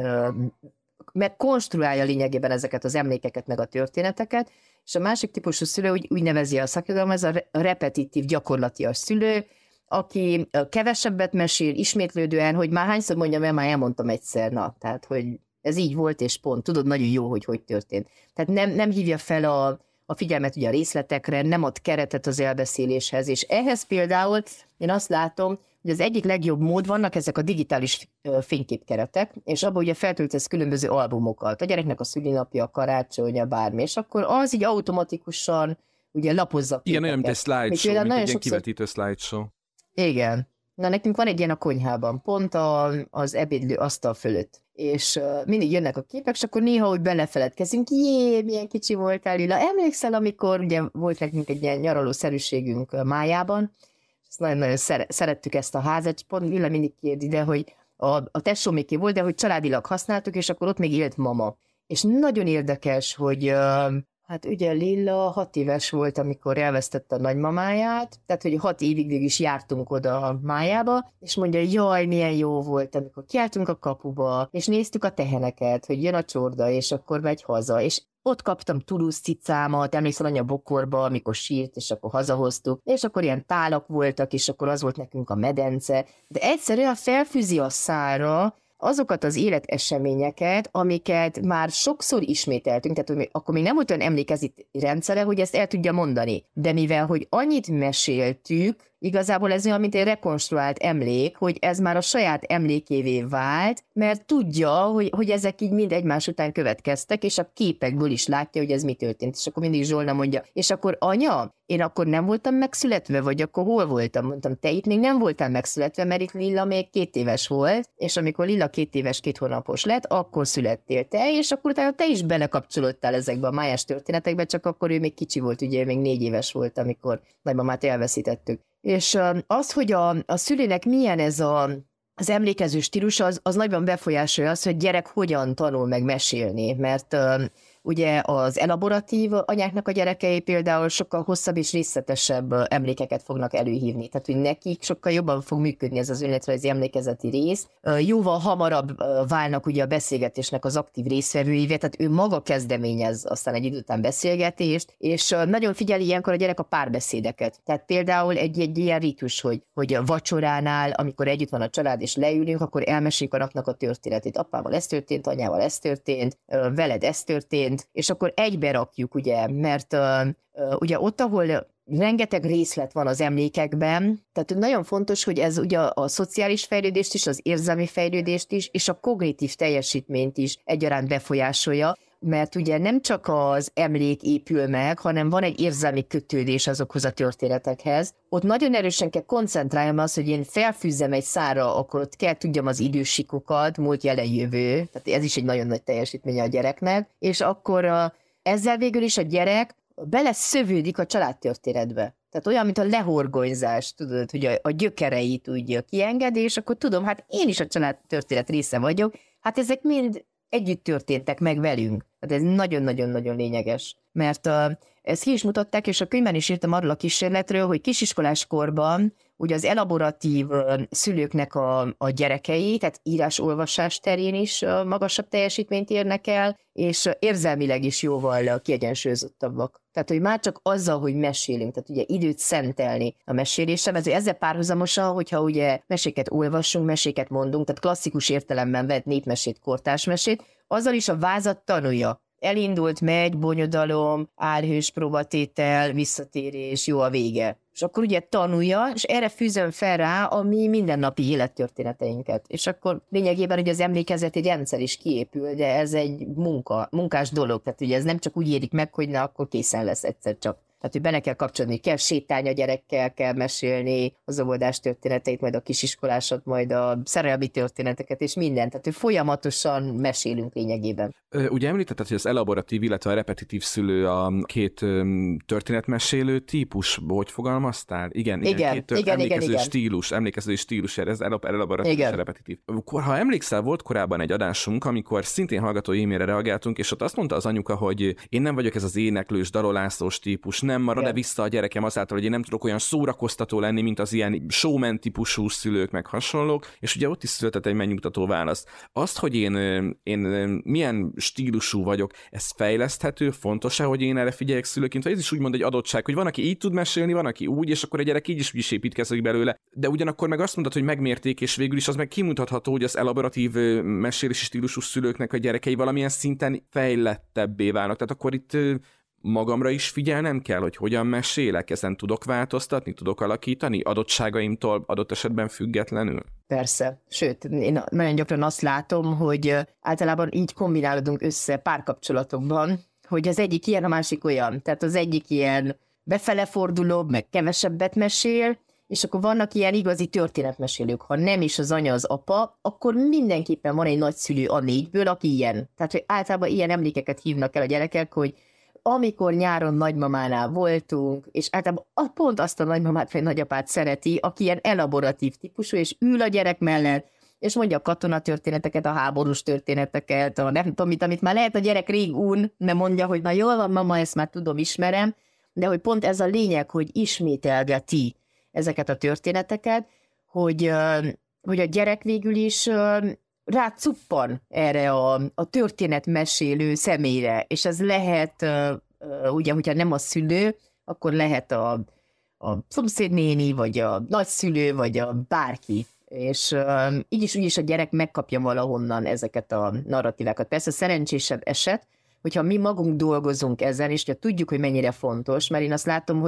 meg konstruálja lényegében ezeket az emlékeket, meg a történeteket, és a másik típusú szülő úgy, úgy nevezi a szakirodalom, ez a repetitív, gyakorlatias szülő, aki kevesebbet mesél, ismétlődően, hogy már hányszor mondjam el, már elmondtam egyszer, na, tehát, hogy ez így volt, és pont, tudod nagyon jó, hogy hogy történt. Tehát nem, nem hívja fel a a figyelmet ugye a részletekre, nem ad keretet az elbeszéléshez, és ehhez például én azt látom, hogy az egyik legjobb mód vannak ezek a digitális fényképkeretek, és abban ugye feltöltesz különböző albumokat, a gyereknek a szülinapja, a karácsonya, bármi, és akkor az így automatikusan ugye lapozza képeket. Igen, olyan, mint egy slideshow, mint egy ilyen kivetítő slideshow. Igen. Na, nekünk van egy ilyen a konyhában, pont a, az ebédlő asztal fölött. És uh, mindig jönnek a képek, és akkor néha úgy belefeledkezünk, jé, milyen kicsi voltál, Lila. Emlékszel, amikor ugye volt nekünk egy ilyen nyaralószerűségünk uh, Májában, és nagyon-nagyon szere- szerettük ezt a házat, és pont Lila mindig kérdi, de hogy a, a tesóméké volt, de hogy családilag használtuk, és akkor ott még élt mama. És nagyon érdekes, hogy uh, hát ugye Lilla hat éves volt, amikor elvesztette a nagymamáját, tehát hogy hat évig végig is jártunk oda a Májába, és mondja, jaj, milyen jó volt, amikor kiálltunk a kapuba, és néztük a teheneket, hogy jön a csorda, és akkor megy haza, és ott kaptam Toulouse cicámat, emlékszel anya bokorba, amikor sírt, és akkor hazahoztuk, és akkor ilyen tálak voltak, és akkor az volt nekünk a medence, de egyszerűen felfűzi a szára azokat az életeseményeket, amiket már sokszor ismételtünk, tehát hogy akkor még nem volt olyan emlékezeti rendszere, hogy ezt el tudja mondani. De mivel, hogy annyit meséltük, igazából ez olyan, mint egy rekonstruált emlék, hogy ez már a saját emlékévé vált, mert tudja, hogy, hogy ezek így mind egymás után következtek, és a képekből is látja, hogy ez mi történt. És akkor mindig Zsolna mondja, és akkor anya, én akkor nem voltam megszületve, vagy akkor hol voltam? Mondtam, te itt még nem voltál megszületve, mert itt Lilla még két éves volt, és amikor Lilla két éves, két hónapos lett, akkor születtél te, és akkor utána te is belekapcsolódtál ezekbe a májás történetekbe, csak akkor ő még kicsi volt, ugye még négy éves volt, amikor nagymamát elveszítettük. És az, hogy a, a szülőnek milyen ez a, az emlékező stílus, az, az nagyban befolyásolja azt, hogy gyerek hogyan tanul meg mesélni, mert ugye az elaboratív anyáknak a gyerekei például sokkal hosszabb és részletesebb emlékeket fognak előhívni. Tehát, hogy nekik sokkal jobban fog működni ez az önéletrajzi emlékezeti rész. Jóval hamarabb válnak ugye a beszélgetésnek az aktív résztvevőivé, tehát ő maga kezdeményez aztán egy idő után beszélgetést, és nagyon figyeli ilyenkor a gyerek a párbeszédeket. Tehát például egy, egy ilyen ritus, hogy, hogy a vacsoránál, amikor együtt van a család és leülünk, akkor elmeséljük a napnak a történetét. Apával ez történt, anyával ez történt, veled ez történt, és akkor egybe rakjuk, ugye, mert uh, uh, ugye ott, ahol rengeteg részlet van az emlékekben, tehát nagyon fontos, hogy ez ugye a, a szociális fejlődést is, az érzelmi fejlődést is, és a kognitív teljesítményt is egyaránt befolyásolja, mert ugye nem csak az emlék épül meg, hanem van egy érzelmi kötődés azokhoz a történetekhez. Ott nagyon erősen kell koncentráljam az, hogy én felfűzzem egy szára, akkor ott kell tudjam az idősikokat, múlt, jelen, jövő, tehát ez is egy nagyon nagy teljesítménye a gyereknek, és akkor a, ezzel végül is a gyerek beleszövődik a családtörténetbe. Tehát olyan, mint a lehorgonyzás, tudod, hogy a, a gyökereit úgy kiengedi, és akkor tudom, hát én is a családtörténet része vagyok, hát ezek mind együtt történtek meg velünk. Tehát ez nagyon-nagyon-nagyon lényeges. Mert uh, ezt ki is mutatták, és a könyvben is írtam arról a kísérletről, hogy kisiskolás korban ugye az elaboratív uh, szülőknek a, a gyerekei, tehát írás-olvasás terén is uh, magasabb teljesítményt érnek el, és uh, érzelmileg is jóval uh, kiegyensúlyozottabbak. Tehát, hogy már csak azzal, hogy mesélünk, tehát ugye időt szentelni a mesélésre, mert ezzel párhuzamosan, hogyha ugye meséket olvasunk, meséket mondunk, tehát klasszikus értelemben vett népmesét, kortársmesét, azzal is a vázat tanulja. Elindult, megy, bonyodalom, álhős próbatétel, visszatérés, jó a vége. És akkor ugye tanulja, és erre fűzöm fel rá a mi mindennapi élettörténeteinket. És akkor lényegében ugye az emlékezeti rendszer is kiépül, de ez egy munka, munkás dolog. Tehát ugye ez nem csak úgy érik meg, hogy na, akkor készen lesz egyszer csak. Tehát, hogy benne kell kapcsolni, kell sétálni a gyerekkel, kell mesélni az óvodás történeteit, majd a kisiskolásat, majd a szerelmi történeteket, és mindent. Tehát, hogy folyamatosan mesélünk lényegében. Ugye említetted, hogy az elaboratív, illetve a repetitív szülő a két történetmesélő típus, hogy fogalmaztál? Igen, igen, igen, két tört, igen, emlékező igen, stílus, emlékező stílus, ez elaboratív és repetitív. Ha emlékszel, volt korábban egy adásunk, amikor szintén hallgatói e-mailre reagáltunk, és ott azt mondta az anyuka, hogy én nem vagyok ez az éneklős, darolászós típus, nem marad-e vissza a gyerekem azáltal, hogy én nem tudok olyan szórakoztató lenni, mint az ilyen showman típusú szülők, meg hasonlók, és ugye ott is született egy megnyugtató válasz. Azt, hogy én, én milyen stílusú vagyok, ez fejleszthető, fontos-e, hogy én erre figyeljek szülőként, vagy ez is úgymond egy adottság, hogy van, aki így tud mesélni, van, aki úgy, és akkor a gyerek így is, is építkezik belőle, de ugyanakkor meg azt mondod, hogy megmérték, és végül is az meg kimutatható, hogy az elaboratív mesélési stílusú szülőknek a gyerekei valamilyen szinten fejlettebbé válnak. Tehát akkor itt magamra is figyelnem kell, hogy hogyan mesélek, ezen tudok változtatni, tudok alakítani, adottságaimtól adott esetben függetlenül? Persze, sőt, én nagyon gyakran azt látom, hogy általában így kombinálódunk össze párkapcsolatokban, hogy az egyik ilyen, a másik olyan. Tehát az egyik ilyen befele fordulóbb, meg kevesebbet mesél, és akkor vannak ilyen igazi történetmesélők. Ha nem is az anya, az apa, akkor mindenképpen van egy nagyszülő a négyből, aki ilyen. Tehát, hogy általában ilyen emlékeket hívnak el a gyerekek, hogy amikor nyáron nagymamánál voltunk, és általában pont azt a nagymamát vagy nagyapát szereti, aki ilyen elaboratív típusú, és ül a gyerek mellett, és mondja a katonatörténeteket, a háborús történeteket, a nem tudom mit, amit már lehet a gyerek rég un, mert mondja, hogy na jól van, mama, ezt már tudom, ismerem, de hogy pont ez a lényeg, hogy ismételgeti ezeket a történeteket, hogy, hogy a gyerek végül is rácuppan erre a, a történetmesélő személyre, és ez lehet, ugye, hogyha nem a szülő, akkor lehet a, a szomszédnéni, vagy a nagyszülő, vagy a bárki. És uh, így is úgy is a gyerek megkapja valahonnan ezeket a narratívákat. Persze szerencsésebb eset, hogyha mi magunk dolgozunk ezen, és ugye tudjuk, hogy mennyire fontos, mert én azt látom, hogy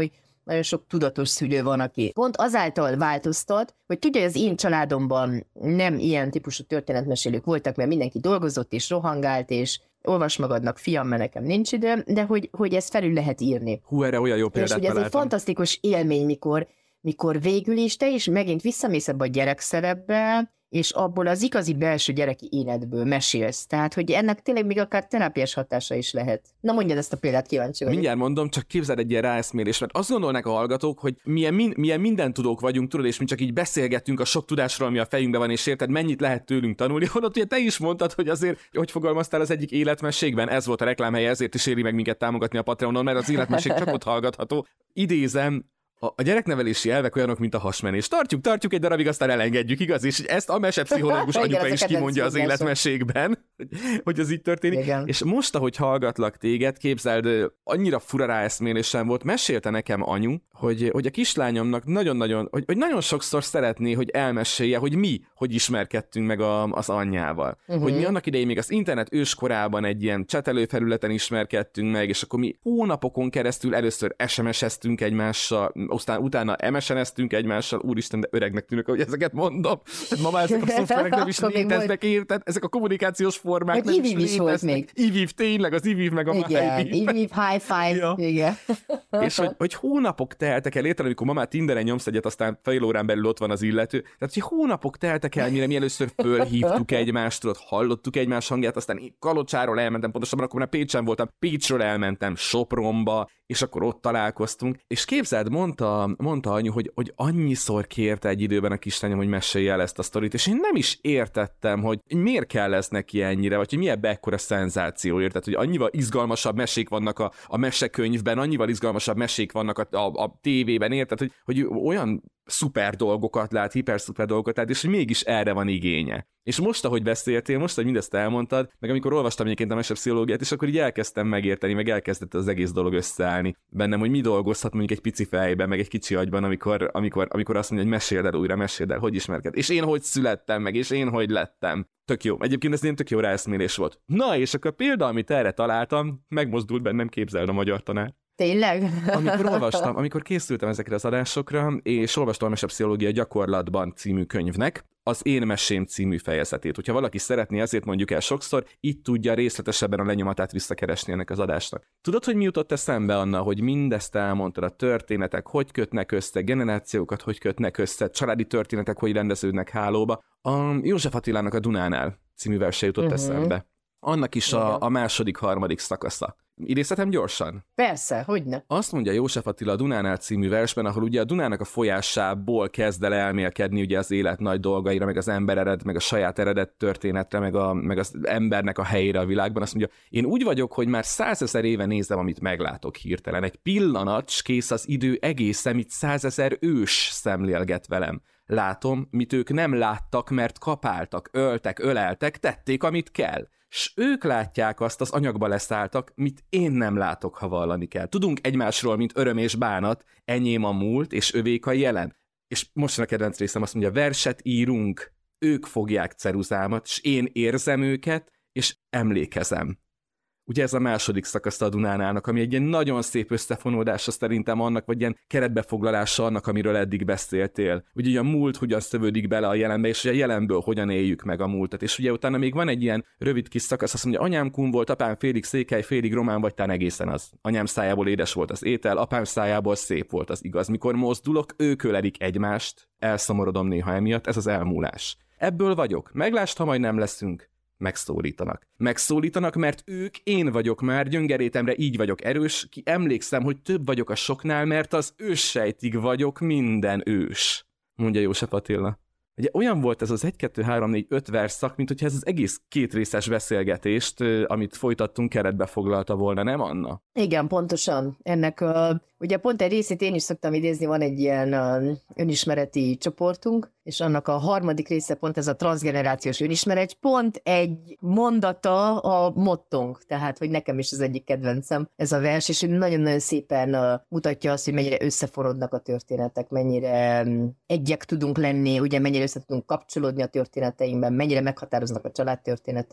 nagyon sok tudatos szülő van, aki pont azáltal változtat, hogy tudja, hogy az én családomban nem ilyen típusú történetmesélők voltak, mert mindenki dolgozott és rohangált, és olvas magadnak, fiam, mert nekem nincs időm, de hogy, hogy ezt felül lehet írni. Hú, erre olyan jó példát És ugye ez találtam. egy fantasztikus élmény, mikor, mikor végül is te is megint visszamész ebbe a gyerekszerepbe, és abból az igazi belső gyereki életből mesélsz. Tehát, hogy ennek tényleg még akár terápiás hatása is lehet. Na mondjad ezt a példát, kíváncsi vagyok. Mindjárt mondom, csak képzeld egy ilyen ráeszmélés, mert azt gondolnák a hallgatók, hogy milyen, min, milyen mindentudók vagyunk, tudod, és mi csak így beszélgetünk a sok tudásról, ami a fejünkben van, és érted, mennyit lehet tőlünk tanulni. Holott ugye te is mondtad, hogy azért, hogy fogalmaztál az egyik életmességben, ez volt a reklámhelye, ezért is éri meg minket támogatni a Patreonon, mert az életmesség csak ott hallgatható. Idézem, a gyereknevelési elvek olyanok, mint a hasmenés. Tartjuk, tartjuk egy darabig, aztán elengedjük, igaz? És ezt a mesepszichológus anyuka is kimondja az életmesékben, hogy az így történik. Igen. És most, ahogy hallgatlak téged, képzeld, annyira fura ráeszmélésem volt, mesélte nekem anyu, hogy, hogy a kislányomnak nagyon-nagyon, hogy, hogy nagyon sokszor szeretné, hogy elmesélje, hogy mi, hogy ismerkedtünk meg a, az anyjával. Uh-huh. Hogy mi annak idején még az internet őskorában egy ilyen csetelőfelületen ismerkedtünk meg, és akkor mi hónapokon keresztül először es em es-eztünk egymással, aztán utána em es en-eztünk egymással, úristen, de öregnek tűnök, hogy ezeket mondom. Hát ma már ezek a szoftverek nem is léteznek, érted? Ezek a kommunikációs formák hogy nem is is léteznek. Volt még. ivív, tényleg, az ivív meg a igen, ivív, high five, ja. Igen. És hogy, hogy hónapok teltek el, érted, amikor ma már Tinderen nyomsz egyet, aztán fél órán belül ott van az illető. Tehát, hogy hónapok teltek el, mire mi először fölhívtuk egymást, tudod, hallottuk egymás hangját, aztán én Kalocsáról elmentem, pontosabban akkor már Pécsen voltam, Pécsről elmentem Sopronba, és akkor ott találkoztunk, és képzeld, mondta, mondta anyu, hogy, hogy annyiszor kérte egy időben a kislányom, hogy mesélje el ezt a sztorit, és én nem is értettem, hogy miért kell ez neki ennyire, vagy hogy mi ebbe ekkora szenzáció, érted, hogy annyival izgalmasabb mesék vannak a, a mesekönyvben, annyival izgalmasabb mesék vannak a, a, a tévében, érted, hogy, hogy olyan szuper dolgokat lát, hiperszuper dolgokat lát, és hogy mégis erre van igénye. És most, ahogy beszéltél, most, hogy mindezt elmondtad, meg amikor olvastam egyébként a mesepszichológiát, és akkor így elkezdtem megérteni, meg elkezdett az egész dolog összeállni bennem, hogy mi dolgozhat mondjuk egy pici fejben, meg egy kicsi agyban, amikor, amikor, amikor azt mondja, hogy meséld el újra, meséld el, hogy ismerked. És én hogy születtem meg, és én hogy lettem. Tök jó. Egyébként ez nem tök jó ráeszmélés volt. Na, és akkor a példa, amit erre találtam, megmozdult bennem, képzeld a magyar tanár. Tényleg? Amikor olvastam, amikor készültem ezekre az adásokra, és olvastam a Mesepszichológia gyakorlatban című könyvnek az Én mesém című fejezetét. Hogyha valaki szeretné, ezért mondjuk el sokszor, itt tudja részletesebben a lenyomatát visszakeresni ennek az adásnak. Tudod, hogy mi jutott eszembe, Anna, hogy mindezt elmondtad, a történetek, hogy kötnek össze, generációkat, hogy kötnek össze, családi történetek, hogy rendeződnek hálóba. A József Attilának a Dunánál című verse jutott uh-huh. eszembe. Annak is a, a második, harmadik szakasza. Idézhetem gyorsan? Persze, hogyne. Azt mondja József Attila a Dunánál című versben, ahol ugye a Dunának a folyásából kezd el elmélkedni ugye az élet nagy dolgaira, meg az ember ered, meg a saját eredet történetre, meg, a, meg az embernek a helyére a világban. Azt mondja, én úgy vagyok, hogy már százezer éve nézem, amit meglátok hirtelen. Egy pillanat, s kész az idő egészen, itt százezer ős szemlélget velem. Látom, mit ők nem láttak, mert kapáltak, öltek, öleltek, tették, amit kell. S ők látják azt, az anyagba leszálltak, mit én nem látok, ha vallani kell. Tudunk egymásról, mint öröm és bánat, enyém a múlt, és övék a jelen. És most a kedvenc részem azt mondja, verset írunk, ők fogják ceruzámat, s én érzem őket, és emlékezem. Ugye ez a második szakasz a Dunánálnak, ami egy ilyen nagyon szép összefonódása szerintem annak, vagy ilyen keretbefoglalása annak, amiről eddig beszéltél. Ugye a múlt hogyan szövődik bele a jelenbe, és ugye a jelenből hogyan éljük meg a múltat. És ugye utána még van egy ilyen rövid kis szakasz, azt mondja, anyám kun volt, apám félig székely, félig román, vagy tán egészen az. Anyám szájából édes volt az étel, apám szájából szép volt az igaz. Mikor mozdulok, ők ölelik egymást, elszomorodom néha emiatt, ez az elmúlás. Ebből vagyok, meglást, ha majd nem leszünk. Megszólítanak. Megszólítanak, mert ők én vagyok már, gyöngerétemre így vagyok erős, ki emlékszem, hogy több vagyok a soknál, mert az őssejtig vagyok minden ős, mondja József Attila. Ugye olyan volt ez az egy, kettő, három, négy, öt verszak, mint hogyha ez az egész kétrészes beszélgetést, amit folytattunk, keretbe foglalta volna, nem Anna? Igen, pontosan. Ennek uh, ugye pont egy részét én is szoktam idézni, van egy ilyen uh, önismereti csoportunk, és annak a harmadik része pont ez a transzgenerációs önismeret, pont egy mondata a mottónk, tehát, hogy nekem is az egyik kedvencem ez a vers, és nagyon-nagyon szépen uh, mutatja azt, hogy mennyire összeforodnak a történetek, mennyire um, egyek tudunk lenni, ugye mennyire össze tudunk kapcsolódni a történeteinkben, mennyire meghatároznak a családtörténeteink.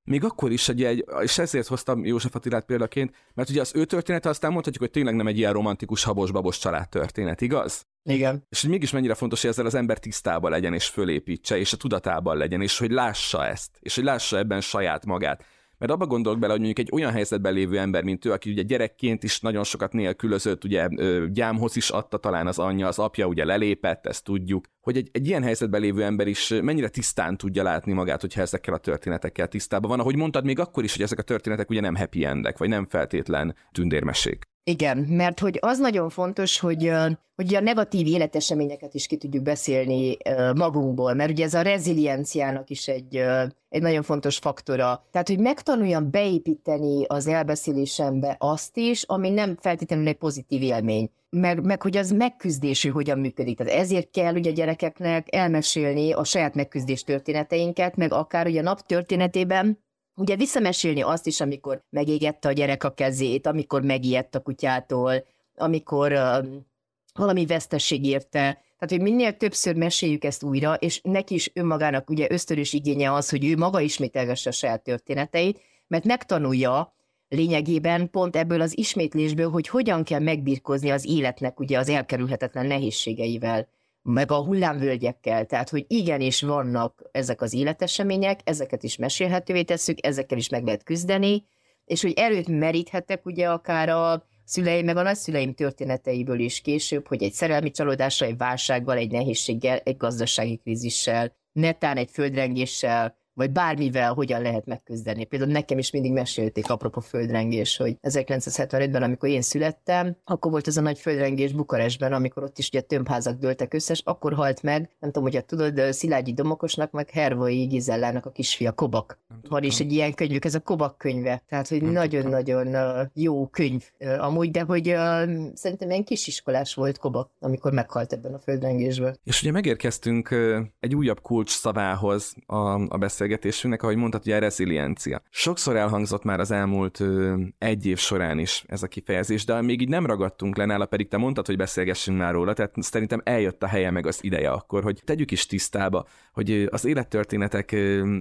Még akkor is, egy, egy, és ezért hoztam József Attilát példaként, mert ugye az ő története aztán mondhatjuk, hogy tényleg nem egy ilyen romantikus, habos-babos családtörténet, igaz? Igen. És hogy mégis mennyire fontos, hogy ezzel az ember tisztában legyen és fölépítse, és a tudatában legyen, és hogy lássa ezt, és hogy lássa ebben saját magát. Mert abba gondolok bele, hogy mondjuk egy olyan helyzetben lévő ember, mint ő, aki ugye gyerekként is nagyon sokat nélkülözött, ugye gyámhoz is adta talán az anyja, az apja ugye lelépett, ezt tudjuk, hogy egy, egy ilyen helyzetben lévő ember is mennyire tisztán tudja látni magát, hogyha ezekkel a történetekkel tisztában van. Ahogy mondtad, még akkor is, hogy ezek a történetek ugye nem happy endek, vagy nem feltétlen tündérmesék. Igen, mert hogy az nagyon fontos, hogy, hogy a negatív életeseményeket is ki tudjuk beszélni magunkból, mert ugye ez a rezilienciának is egy, egy nagyon fontos faktora. Tehát, hogy megtanuljam beépíteni az elbeszélésembe azt is, ami nem feltétlenül egy pozitív élmény. Meg, meg hogy az megküzdésű hogyan működik. Tehát ezért kell ugye a gyerekeknek elmesélni a saját megküzdés történeteinket, meg akár ugye a nap történetében, ugye visszamesélni azt is, amikor megégette a gyerek a kezét, amikor megijedt a kutyától, amikor uh, valami vesztesség érte. Tehát, hogy minél többször meséljük ezt újra, és neki is önmagának ugye ösztönös igénye az, hogy ő maga ismételgesse a saját történeteit, mert megtanulja lényegében pont ebből az ismétlésből, hogy hogyan kell megbirkózni az életnek ugye az elkerülhetetlen nehézségeivel, meg a hullámvölgyekkel, tehát, hogy igenis vannak ezek az életesemények, ezeket is mesélhetővé tesszük, ezekkel is meg lehet küzdeni, és hogy erőt meríthetek ugye akár a szüleim, meg a nagyszüleim történeteiből is később, hogy egy szerelmi csalódással, egy válsággal, egy nehézséggel, egy gazdasági krízissel, netán egy földrengéssel, vagy bármivel hogyan lehet megküzdeni. Például nekem is mindig mesélték, apropó földrengés, hogy ezerkilencszázhetvenötben, amikor én születtem, akkor volt az a nagy földrengés Bukarestben, amikor ott is ugye tömbházak dőltek össze, és akkor halt meg, nem tudom, hogy tudod, Szilágyi Domokosnak, meg Hervai Gizellának a kisfia, Kobak. Van is egy ilyen könyvük, ez a Kobak könyve. Tehát, hogy nagyon-nagyon jó könyv amúgy, de hogy uh, szerintem ilyen kisiskolás volt Kobak, amikor meghalt ebben a földrengésben. És ugye megérkeztünk egy újabb kulcs szavához a, a beszélgetésünknek, ahogy mondtad, ugye a reziliencia. Sokszor elhangzott már az elmúlt ö, egy év során is ez a kifejezés, de még így nem ragadtunk le nála, pedig te mondtad, hogy beszélgessünk már róla, tehát szerintem eljött a helye meg az ideje akkor, hogy tegyük is tisztába, hogy az élettörténetek ö,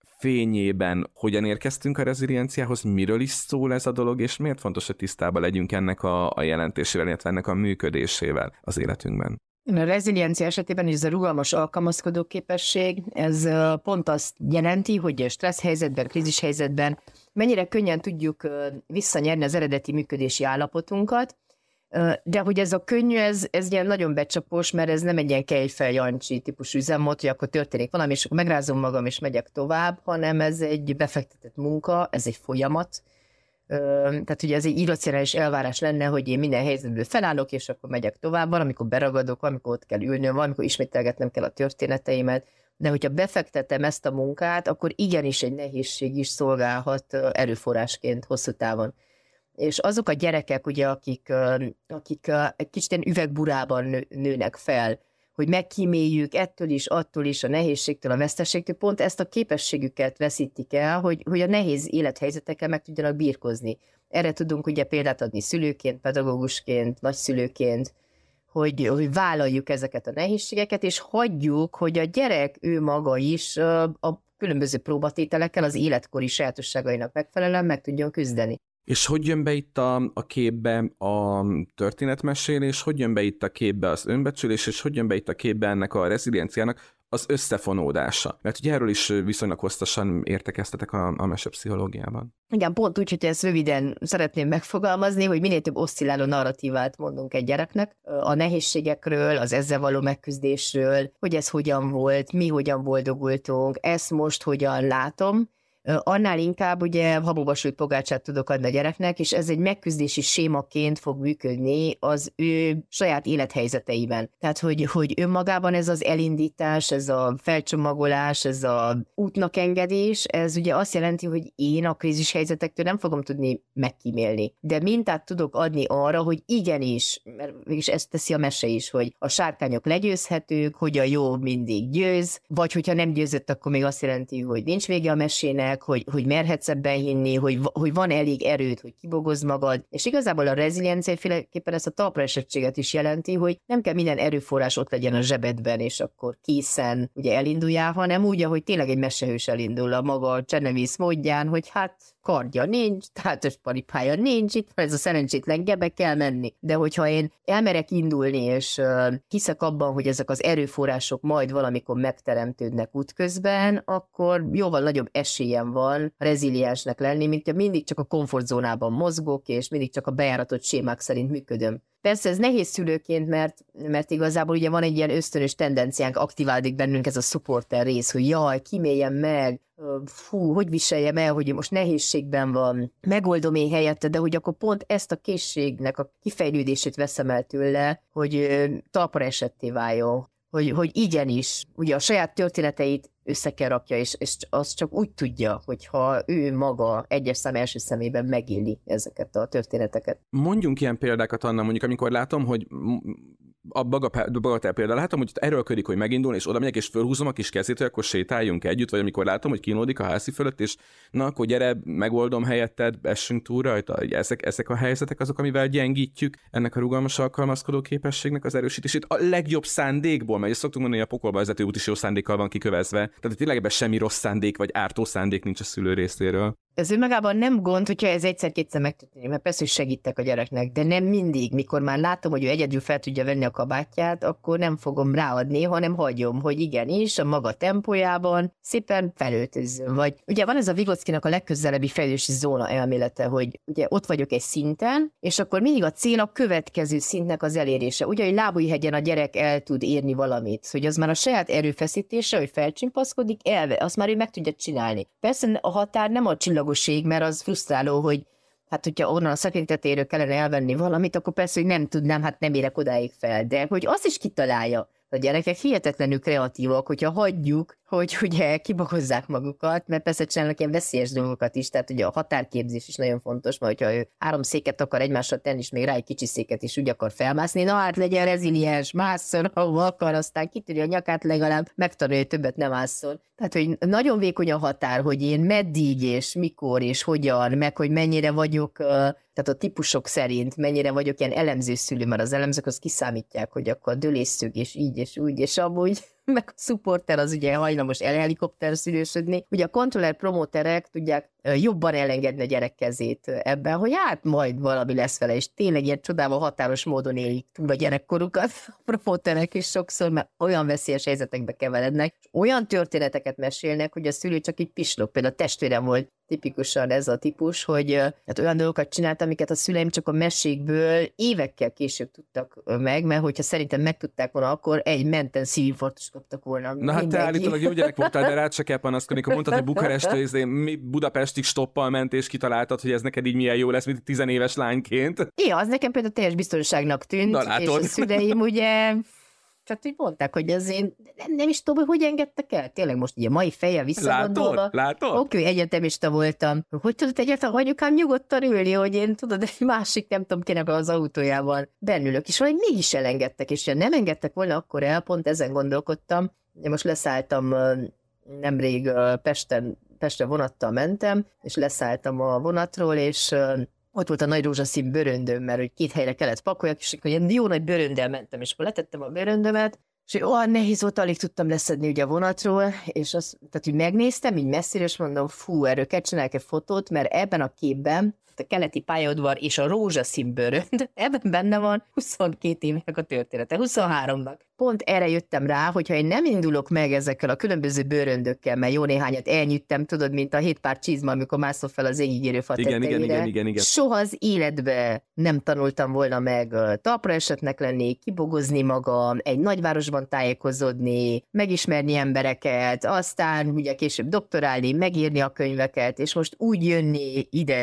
fényében hogyan érkeztünk a rezilienciához, miről is szól ez a dolog, és miért fontos, hogy tisztában legyünk ennek a, a jelentésével, illetve ennek a működésével az életünkben. A reziliencia esetében is ez a rugalmas alkalmazkodó képesség, ez pont azt jelenti, hogy stressz helyzetben, krízis helyzetben mennyire könnyen tudjuk visszanyerni az eredeti működési állapotunkat, de hogy ez a könnyű, ez, ez ilyen nagyon becsapós, mert ez nem egy ilyen kejfel-jancsi típusú üzemmód, hogy akkor történik valami, és akkor megrázom magam, és megyek tovább, hanem ez egy befektetett munka, ez egy folyamat. Tehát ugye ez egy irracionális elvárás lenne, hogy én minden helyzetből felállok, és akkor megyek tovább, valamikor beragadok, valamikor ott kell ülnöm, valamikor ismételgetnem kell a történeteimet, de hogyha befektetem ezt a munkát, akkor igenis egy nehézség is szolgálhat erőforrásként hosszú távon. És azok a gyerekek, ugye, akik, akik egy kicsit ilyen üvegburában nőnek fel, hogy megkíméljük ettől is, attól is, a nehézségtől, a veszteségtől, pont ezt a képességüket veszítik el, hogy, hogy a nehéz élethelyzetekkel meg tudjanak birkózni. Erre tudunk ugye példát adni szülőként, pedagógusként, nagyszülőként, hogy, hogy vállaljuk ezeket a nehézségeket, és hagyjuk, hogy a gyerek ő maga is a különböző próbatételekkel az életkori sajátosságainak megfelelően meg tudjon küzdeni. És hogy jön be itt a, a képbe a történetmesélés, hogy jön be itt a képbe az önbecsülés, és hogy jön be itt a képbe ennek a rezilienciának az összefonódása? Mert ugye erről is viszonylag hosszasan értekeztetek a, a mesepszichológiában. Igen, pont úgy, hogy ezt röviden szeretném megfogalmazni, hogy minél több oszcilláló narratívát mondunk egy gyereknek, a nehézségekről, az ezzel való megküzdésről, hogy ez hogyan volt, mi hogyan boldogultunk, ezt most hogyan látom, annál inkább ugye habóba sült pogácsát tudok adni a gyereknek, és ez egy megküzdési sémaként fog működni az ő saját élethelyzeteiben. Tehát, hogy, hogy önmagában ez az elindítás, ez a felcsomagolás, ez a útnak engedés, ez ugye azt jelenti, hogy én a krízis helyzetektől nem fogom tudni megkímélni. De mintát tudok adni arra, hogy igenis, mert mégis ezt teszi a mese is, hogy a sárkányok legyőzhetők, hogy a jó mindig győz, vagy hogyha nem győzött, akkor még azt jelenti, hogy nincs vége a mesének, meg, hogy, hogy merhetsz ebben hinni, hogy, hogy van elég erőd, hogy kibogozd magad, és igazából a reziliencia féleképpen ezt a talpra esettséget is jelenti, hogy nem kell minden erőforrás ott legyen a zsebedben, és akkor készen ugye elinduljál, hanem úgy, ahogy tényleg egy mesehős elindul a maga Csenevész módján, hogy hát kardja nincs, tátos paripája nincs, itt van ez a szerencsétlen gebe, kell menni. De hogyha én elmerek indulni, és uh, hiszek abban, hogy ezek az erőforrások majd valamikor megteremtődnek útközben, akkor jóval nagyobb esélyem van reziliensnek lenni, mint ha mindig csak a komfortzónában mozgok, és mindig csak a bejáratott sémák szerint működöm. Persze ez nehéz szülőként, mert, mert igazából ugye van egy ilyen ösztönös tendenciánk, aktiválódik bennünk ez a supporter rész, hogy jaj, kiméljem meg, fú, hogy viseljem el, hogy most nehézségben van, megoldom én helyette, de hogy akkor pont ezt a készségnek a kifejlődését veszem el tőle, hogy talpra esetté váljon, hogy, hogy igenis, ugye a saját történeteit össze kell rakja, és, és az csak úgy tudja, hogyha ő maga egyes szám első szemében megéli ezeket a történeteket. Mondjunk ilyen példákat, Anna, mondjuk amikor látom, hogy a bagatel példa, látom, hogy erőlködik, hogy megindul, és oda megyek, és fölhúzom a kis kezét, hogy akkor sétáljunk együtt, vagy amikor látom, hogy kínlódik a hászi fölött, és na, akkor gyere, megoldom helyetted, essünk túl rajta. Ezek, ezek a helyzetek azok, amivel gyengítjük ennek a rugalmas alkalmazkodó képességnek az erősítését a legjobb szándékból, mert szoktunk mondani, hogy a pokolba vezető út is jó szándékkal van kikövezve. Tehát tényleg ebben semmi rossz szándék, vagy ártó szándék nincs a szülő részéről. Ez önmagában nem gond, hogyha ez egyszer-kétszer megtörténik, mert persze, hogy segítek a gyereknek, de nem mindig, mikor már látom, hogy ő egyedül fel tudja venni a kabátját, akkor nem fogom ráadni, hanem hagyom, hogy igenis, a maga tempójában szépen felöltözzön. Vagy ugye van ez a Vygotskynak a legközelebbi fejlődési zóna elmélete, hogy ugye ott vagyok egy szinten, és akkor mindig a cél a következő szintnek az elérése. Ugye, hogy Lábújhegyen a gyerek el tud érni valamit, hogy az már a saját erőfeszítése, hogy felcsimpaszkodik, elve, azt már ő meg tudja csinálni. Persze a határ nem a csillag, mert az frusztráló, hogy hát, hogyha onnan a szakintetéről kellene elvenni valamit, akkor persze, hogy nem tudnám, hát nem érek odáig fel, de hogy azt is kitalálja. A gyerekek hihetetlenül kreatívak, hogyha hagyjuk, hogy ugye kibakozzák magukat, mert persze csinálnak ilyen veszélyes dolgokat is, tehát ugye a határképzés is nagyon fontos, mert hogyha ő három széket akar egymásra tenni, és még rá egy kicsi széket is úgy akar felmászni, na hát legyen reziliens, másszon, ahol akar, aztán kitörje a nyakát, legalább megtanulja, hogy többet nem másszon. Tehát, hogy nagyon vékony a határ, hogy én meddig, és mikor, és hogyan, meg hogy mennyire vagyok, tehát a típusok szerint mennyire vagyok ilyen elemző szülő, mert az elemzők az kiszámítják, hogy akkor a dölésszög, és így, és úgy, és amúgy, meg a supporter az ugye hajlamos elhelikopter szülősödni. Ugye a kontroller promóterek tudják jobban elengedni a gyerek kezét ebben, hogy hát majd valami lesz vele, és tényleg ilyen csodával határos módon élik túl a gyerekkorukat a promóterek is sokszor, mert olyan veszélyes helyzetekbe keverednek, és olyan történeteket mesélnek, hogy a szülő csak így pislog. Például a testvérem volt tipikusan ez a típus, hogy hát olyan dolgokat csinált, amiket a szüleim csak a mesékből évekkel később tudtak meg, mert hogyha szerintem megtudták volna, akkor egy menten szívinfarktust kaptak volna. Na hát te állítólag jó gyerek voltál, de rád se kell panaszkodni, akkor mondtad, hogy Bukarest, mi Budapestig stoppal ment, és kitaláltad, hogy ez neked így milyen jó lesz, mint tizenéves lányként. Igen, az nekem például teljes biztonságnak tűnt, na, és a szüleim ugye... Tehát úgy mondták, hogy az én nem, nem is tudom, hogy hogy engedtek el. Tényleg most ugye mai fejjel visszagondolva. Látod? Látod? Oké, egyetemista voltam. Hogy tudod egyáltalán anyukám nyugodtan ülni, hogy én tudod, egy másik nem tudom kinek az autójában bennülök. És valahogy mégis elengedtek, és ha nem engedtek volna, akkor el, pont ezen gondolkodtam. Én most leszálltam nemrég Pesten, Pestre vonattal mentem, és leszálltam a vonatról, és ott volt a nagy rózsaszín bőröndöm, mert hogy két helyre kellett pakoljak, és akkor ilyen jó nagy bőröndel mentem, és akkor letettem a bőröndömet, és olyan nehéz volt, alig tudtam leszedni ugye a vonatról, és azt, tehát úgy megnéztem, így messzire, és mondom, fú, erről kell csinálni egy fotót, mert ebben a képben a keleti pályaudvar és a rózsaszín bőrönd, ebben benne van huszonkét évnek a története, huszonháromnak. Pont erre jöttem rá, hogyha én nem indulok meg ezekkel a különböző bőröndökkel, mert jó néhányat elnyittem, tudod, mint a hét pár csizma, amikor mászol fel az égigérő fa tetejére. Igen, igen, igen, igen. Soha az életbe nem tanultam volna meg talpra esetnek lenni, kibogozni magam, egy nagyvárosban tájékozódni, megismerni embereket, aztán ugye később doktorálni, megírni a könyveket, és most úgy jönni ide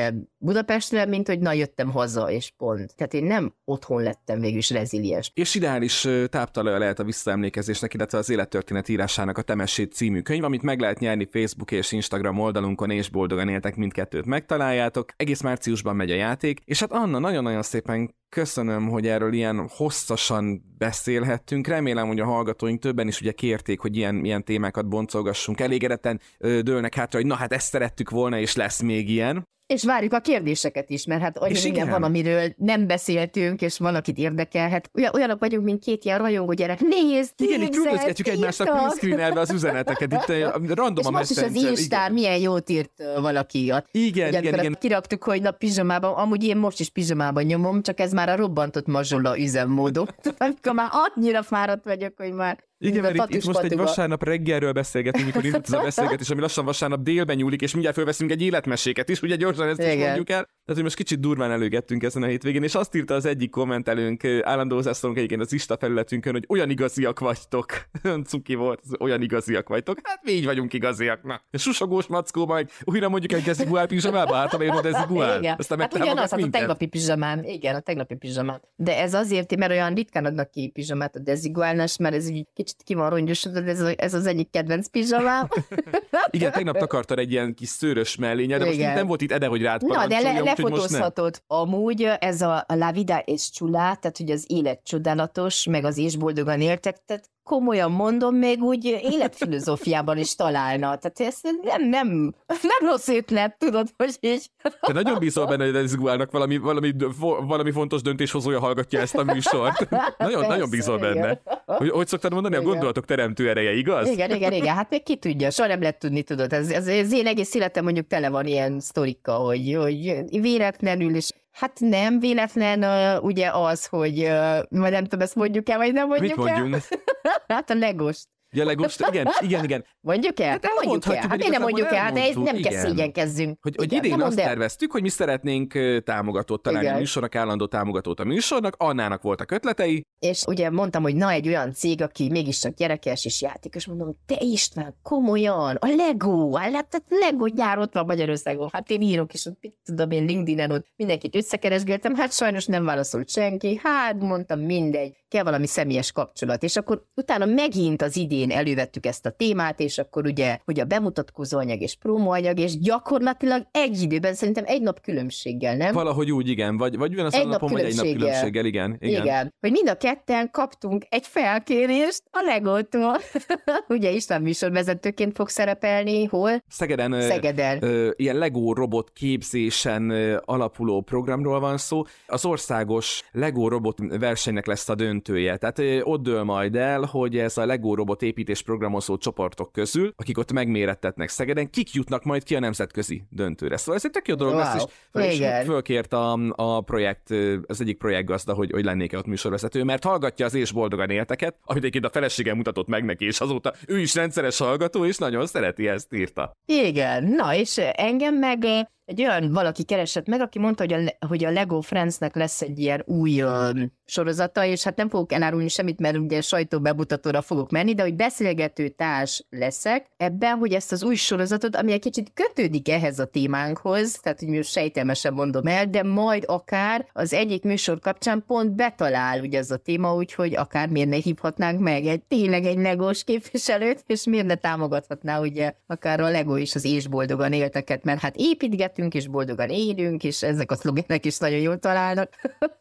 Budapestre, mint hogy na, jöttem haza, és pont. Tehát én nem otthon lettem végül is reziliens. És ideális táptalaja lehet a visszaemlékezésnek, illetve az élettörténet írásának a Temessét című könyv, amit meg lehet nyerni Facebook és Instagram oldalunkon, és boldogan éltek, mindkettőt megtaláljátok. Egész márciusban megy a játék, és hát Anna, nagyon-nagyon szépen köszönöm, hogy erről ilyen hosszasan beszélhettünk. Remélem, hogy a hallgatóink többen is ugye kérték, hogy ilyen, ilyen témákat boncolgassunk. Elégedetten dőlnek hátra, hogy na hát ezt szerettük volna, és lesz még ilyen. És várjuk a kérdéseket is, mert hát olyan minden van, amiről nem beszéltünk, és van, akit érdekelhet. Olyan, olyanok vagyunk, mint két ilyen rajongó gyerek. Nézd, igen, így küldözgetjük egymásnak print-screenelve az üzeneteket. Itt random és most is az Instán milyen jót írt valaki. Igen, ugye, igen, igen. Kiraktuk, hogy na pizsamában, amúgy én most is pizsamában nyomom, csak ez már a robbantott mazsola üzemmódom. Amikor már annyira fáradt vagyok, hogy már... Igen, mert itt, itt most egy vasárnap reggelről beszélgetünk, mikor indult ez a beszélgetés, ami lassan vasárnap délben nyúlik, és mindjárt fölveszünk egy életmeséket is, ugye gyorsan ezt is mondjuk el. Tehát, hogy most kicsit durván előgettünk ezen a hétvégén, és azt írta az egyik kommentelőnk, állandó hozzászólónk egyébként az Insta felületünkön, hogy olyan igaziak vagytok. Olyan cuki volt, olyan igaziak vagytok. Hát mi így vagyunk igaziak. Na, susogós mackó, majd újra mondjuk egy Deziguál pizsamába, hát amelyik a Deziguál. Aztán hát ugyanaz, hát a tegnapi pizsamám. Igen, a tegnapi pizsamám. De ez azért, mert olyan ritkán adnak ki pizsamát a Deziguálnás, mert ez így kicsit ki van rongyosodott, ez, ez az egyik kedvenc pizsamám. Igen, tegnap takartad egy ilyen kis szőrös mellénye, de most itt nem volt itt Ede, hogy rád parancsolja. Na, de le, lefotózhatod. Amúgy ez a, a La Vida es Chula, tehát hogy az élet csodálatos, meg az és boldogan éltek, tehát komolyan mondom, még úgy életfilozófiában is találna. Tehát ez nem, nem, nem rossz ötlet, tudod, hogy így. Te nagyon bízol benne, hogy Deziguálnak valami, valami, valami fontos döntéshozója hallgatja ezt a műsort. Nagyon, persze, nagyon bízol benne. Igen. Hogy, hogy szoktad mondani, igen. A gondolatok teremtő ereje, igaz? Igen, igen, igen. Hát még ki tudja, soha nem lehet tudni, tudod. Ez, ez, ez én egész életem mondjuk tele van ilyen sztorika, hogy, hogy véletlenül is. Hát nem véletlen uh, ugye az, hogy uh, majd nem tudom, ezt mondjuk el, vagy nem mondjuk Mit mondjunk? el? Hát a Legos. Ja, Legos, igen, igen, igen. Mondjuk el? Hát mondjuk el. Hát én nem mondjuk el, de ez nem kell szégyenkezzünk. Hogy, hogy idén azt terveztük, hogy mi szeretnénk támogatót találni a műsornak, állandó támogatót a műsornak, Annának voltak ötletei. És ugye mondtam, hogy na, egy olyan cég, aki mégiscsak gyerekes és játékos, mondom, te István, komolyan, a Lego, hát a Lego gyár ott van Magyarországon, hát én írok, és ott mit tudom én LinkedIn-en ott mindenkit összekeresgéltem, hát sajnos nem válaszolt senki, hát mondtam, mindegy, kell valami személyes kapcsolat, és akkor utána megint az idén elővettük ezt a témát, és akkor ugye, hogy a bemutatkozó anyag és prómóanyag, és gyakorlatilag egy időben szerintem egy nap különbséggel, nem? Valahogy úgy, igen, vagy, vagy ugyanaz a napon, vagy egy nap különbséggel, igen, igen. Igen, hogy mind a ketten kaptunk egy felkérést a Legótól. Ugye István műsorvezetőként fog szerepelni, hol? Szegeden. Szegeden. Ö, ö, ilyen Lego robot képzésen ö, alapuló programról van szó. Az országos Lego robot versenynek lesz a döntője. Tehát ö, ott dől majd el, hogy ez a Lego robot építés programozó csoportok közül, akik ott megmérettetnek Szegeden, kik jutnak majd ki a nemzetközi döntőre. Szóval ez egy tök jó dolog wow. lesz, és föl, is fölkért a, a projekt, az egyik projektgazda, hogy, hogy lennék-e ott műsorvezető, mert hallgatja az és boldogan élteket, amit egyébként a feleségem mutatott meg neki, és azóta ő is rendszeres hallgató, és nagyon szereti, ezt írta. Igen, na és engem meg egy olyan valaki keresett meg, aki mondta, hogy a, hogy a Lego Friendsnek lesz egy ilyen új uh, sorozata, és hát nem fogok elárulni semmit, mert ugye sajtóbemutatóra fogok menni, de hogy beszélgető társ leszek ebben, hogy ezt az új sorozatot, ami egy kicsit kötődik ehhez a témánkhoz, tehát hogy most sejtelmesen mondom el, de majd akár az egyik műsor kapcsán pont betalál ugye ez a téma, úgyhogy akár miért ne hívhatnánk meg egy tényleg egy Legós képviselőt, és miért ne támogathatná ugye akár a Lego is az és boldogan élteket, mert hát építget és boldogan élünk, és ezek a szlogenek is nagyon jól találnak.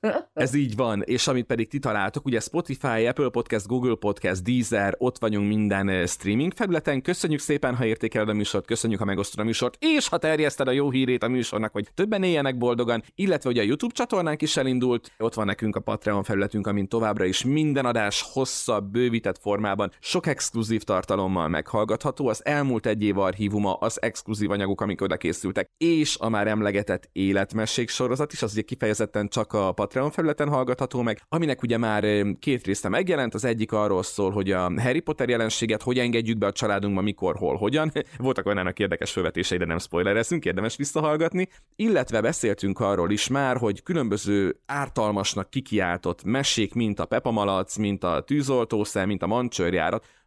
Ez így van, és amit pedig ti találtok, ugye Spotify, Apple Podcast, Google Podcast, Deezer, ott vagyunk minden streaming felületen. Köszönjük szépen, ha értékeled a műsort, köszönjük, ha megosztod a műsort, és ha terjeszted a jó hírét a műsornak, hogy többen éljenek boldogan, illetve ugye a YouTube csatornánk is elindult, ott van nekünk a Patreon felületünk, amin továbbra is minden adás hosszabb, bővített formában, sok exkluzív tartalommal meghallgatható, az elmúlt egy év archívuma, az exkluzív anyagok, amik oda készültek, és a már emlegetett életmesék sorozat is, az ugye kifejezetten csak a Patreon felületen hallgatható meg, aminek ugye már két része megjelent, az egyik arról szól, hogy a Harry Potter jelenséget hogy engedjük be a családunkba, mikor, hol, hogyan. Voltak olyanának érdekes felvetései, de nem spoilerezünk, érdemes visszahallgatni, illetve beszéltünk arról is már, hogy különböző ártalmasnak kikiáltott mesék, mint a Peppa Malac, mint a Tűzoltószem, mint a Mancsőrjárat,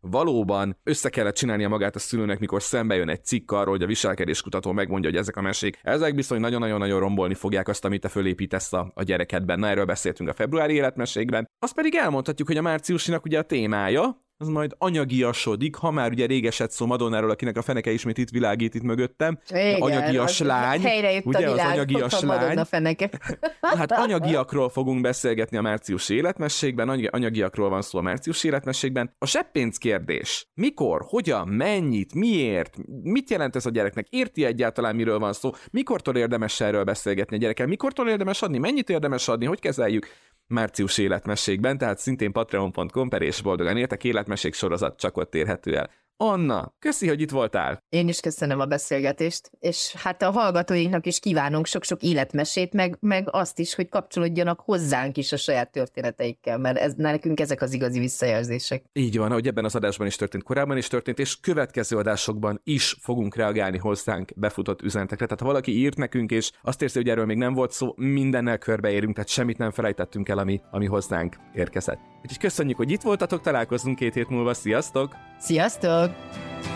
valóban össze kellett csinálnia magát a szülőnek, mikor szembe jön egy cikk arról, hogy a viselkedéskutató megmondja, hogy ezek a mesék, ezek bizony nagyon-nagyon-nagyon rombolni fogják azt, amit te fölépítesz a, a gyerekedben. Na, erről beszéltünk a februári életmesékben. Azt pedig elmondhatjuk, hogy a márciusinak ugye a témája, az majd anyagiasodik, ha már ugye rég esett szó Madonnáról, akinek a feneke ismét itt világít itt mögöttem. Igen, anyagias lány. Helyre jött ugye, a világ, az anyagias lány. A feneke. Hát anyagiakról fogunk beszélgetni a márciusi életmességben, anyagiakról van szó a márciusi életmességben. A seppénz kérdés. Mikor, hogyan, mennyit, miért, mit jelent ez a gyereknek? Érti egyáltalán, miről van szó? Mikortól érdemes erről beszélgetni a gyerekkel? Mikortól érdemes adni? Mennyit érdemes adni? Hogy kezeljük? Március életmességben, tehát szintén patreon pont com per és boldogan értek életmesék sorozat csak ott érhető el. Anna, köszi, hogy itt voltál. Én is köszönöm a beszélgetést, és hát a hallgatóinknak is kívánunk sok-sok életmesét, meg, meg azt is, hogy kapcsolódjanak hozzánk is a saját történeteikkel, mert ez, nekünk ezek az igazi visszajelzések. Így van, ahogy ebben az adásban is történt, korábban is történt, és következő adásokban is fogunk reagálni hozzánk befutott üzenetekre. Tehát ha valaki írt nekünk, és azt érzi, hogy erről még nem volt szó, mindennel körbeérünk, tehát semmit nem felejtettünk el, ami, ami hozzánk érkezett. Úgyhogy köszönjük, hogy itt voltatok, találkozunk két hét múlva, sziasztok! Sziasztok!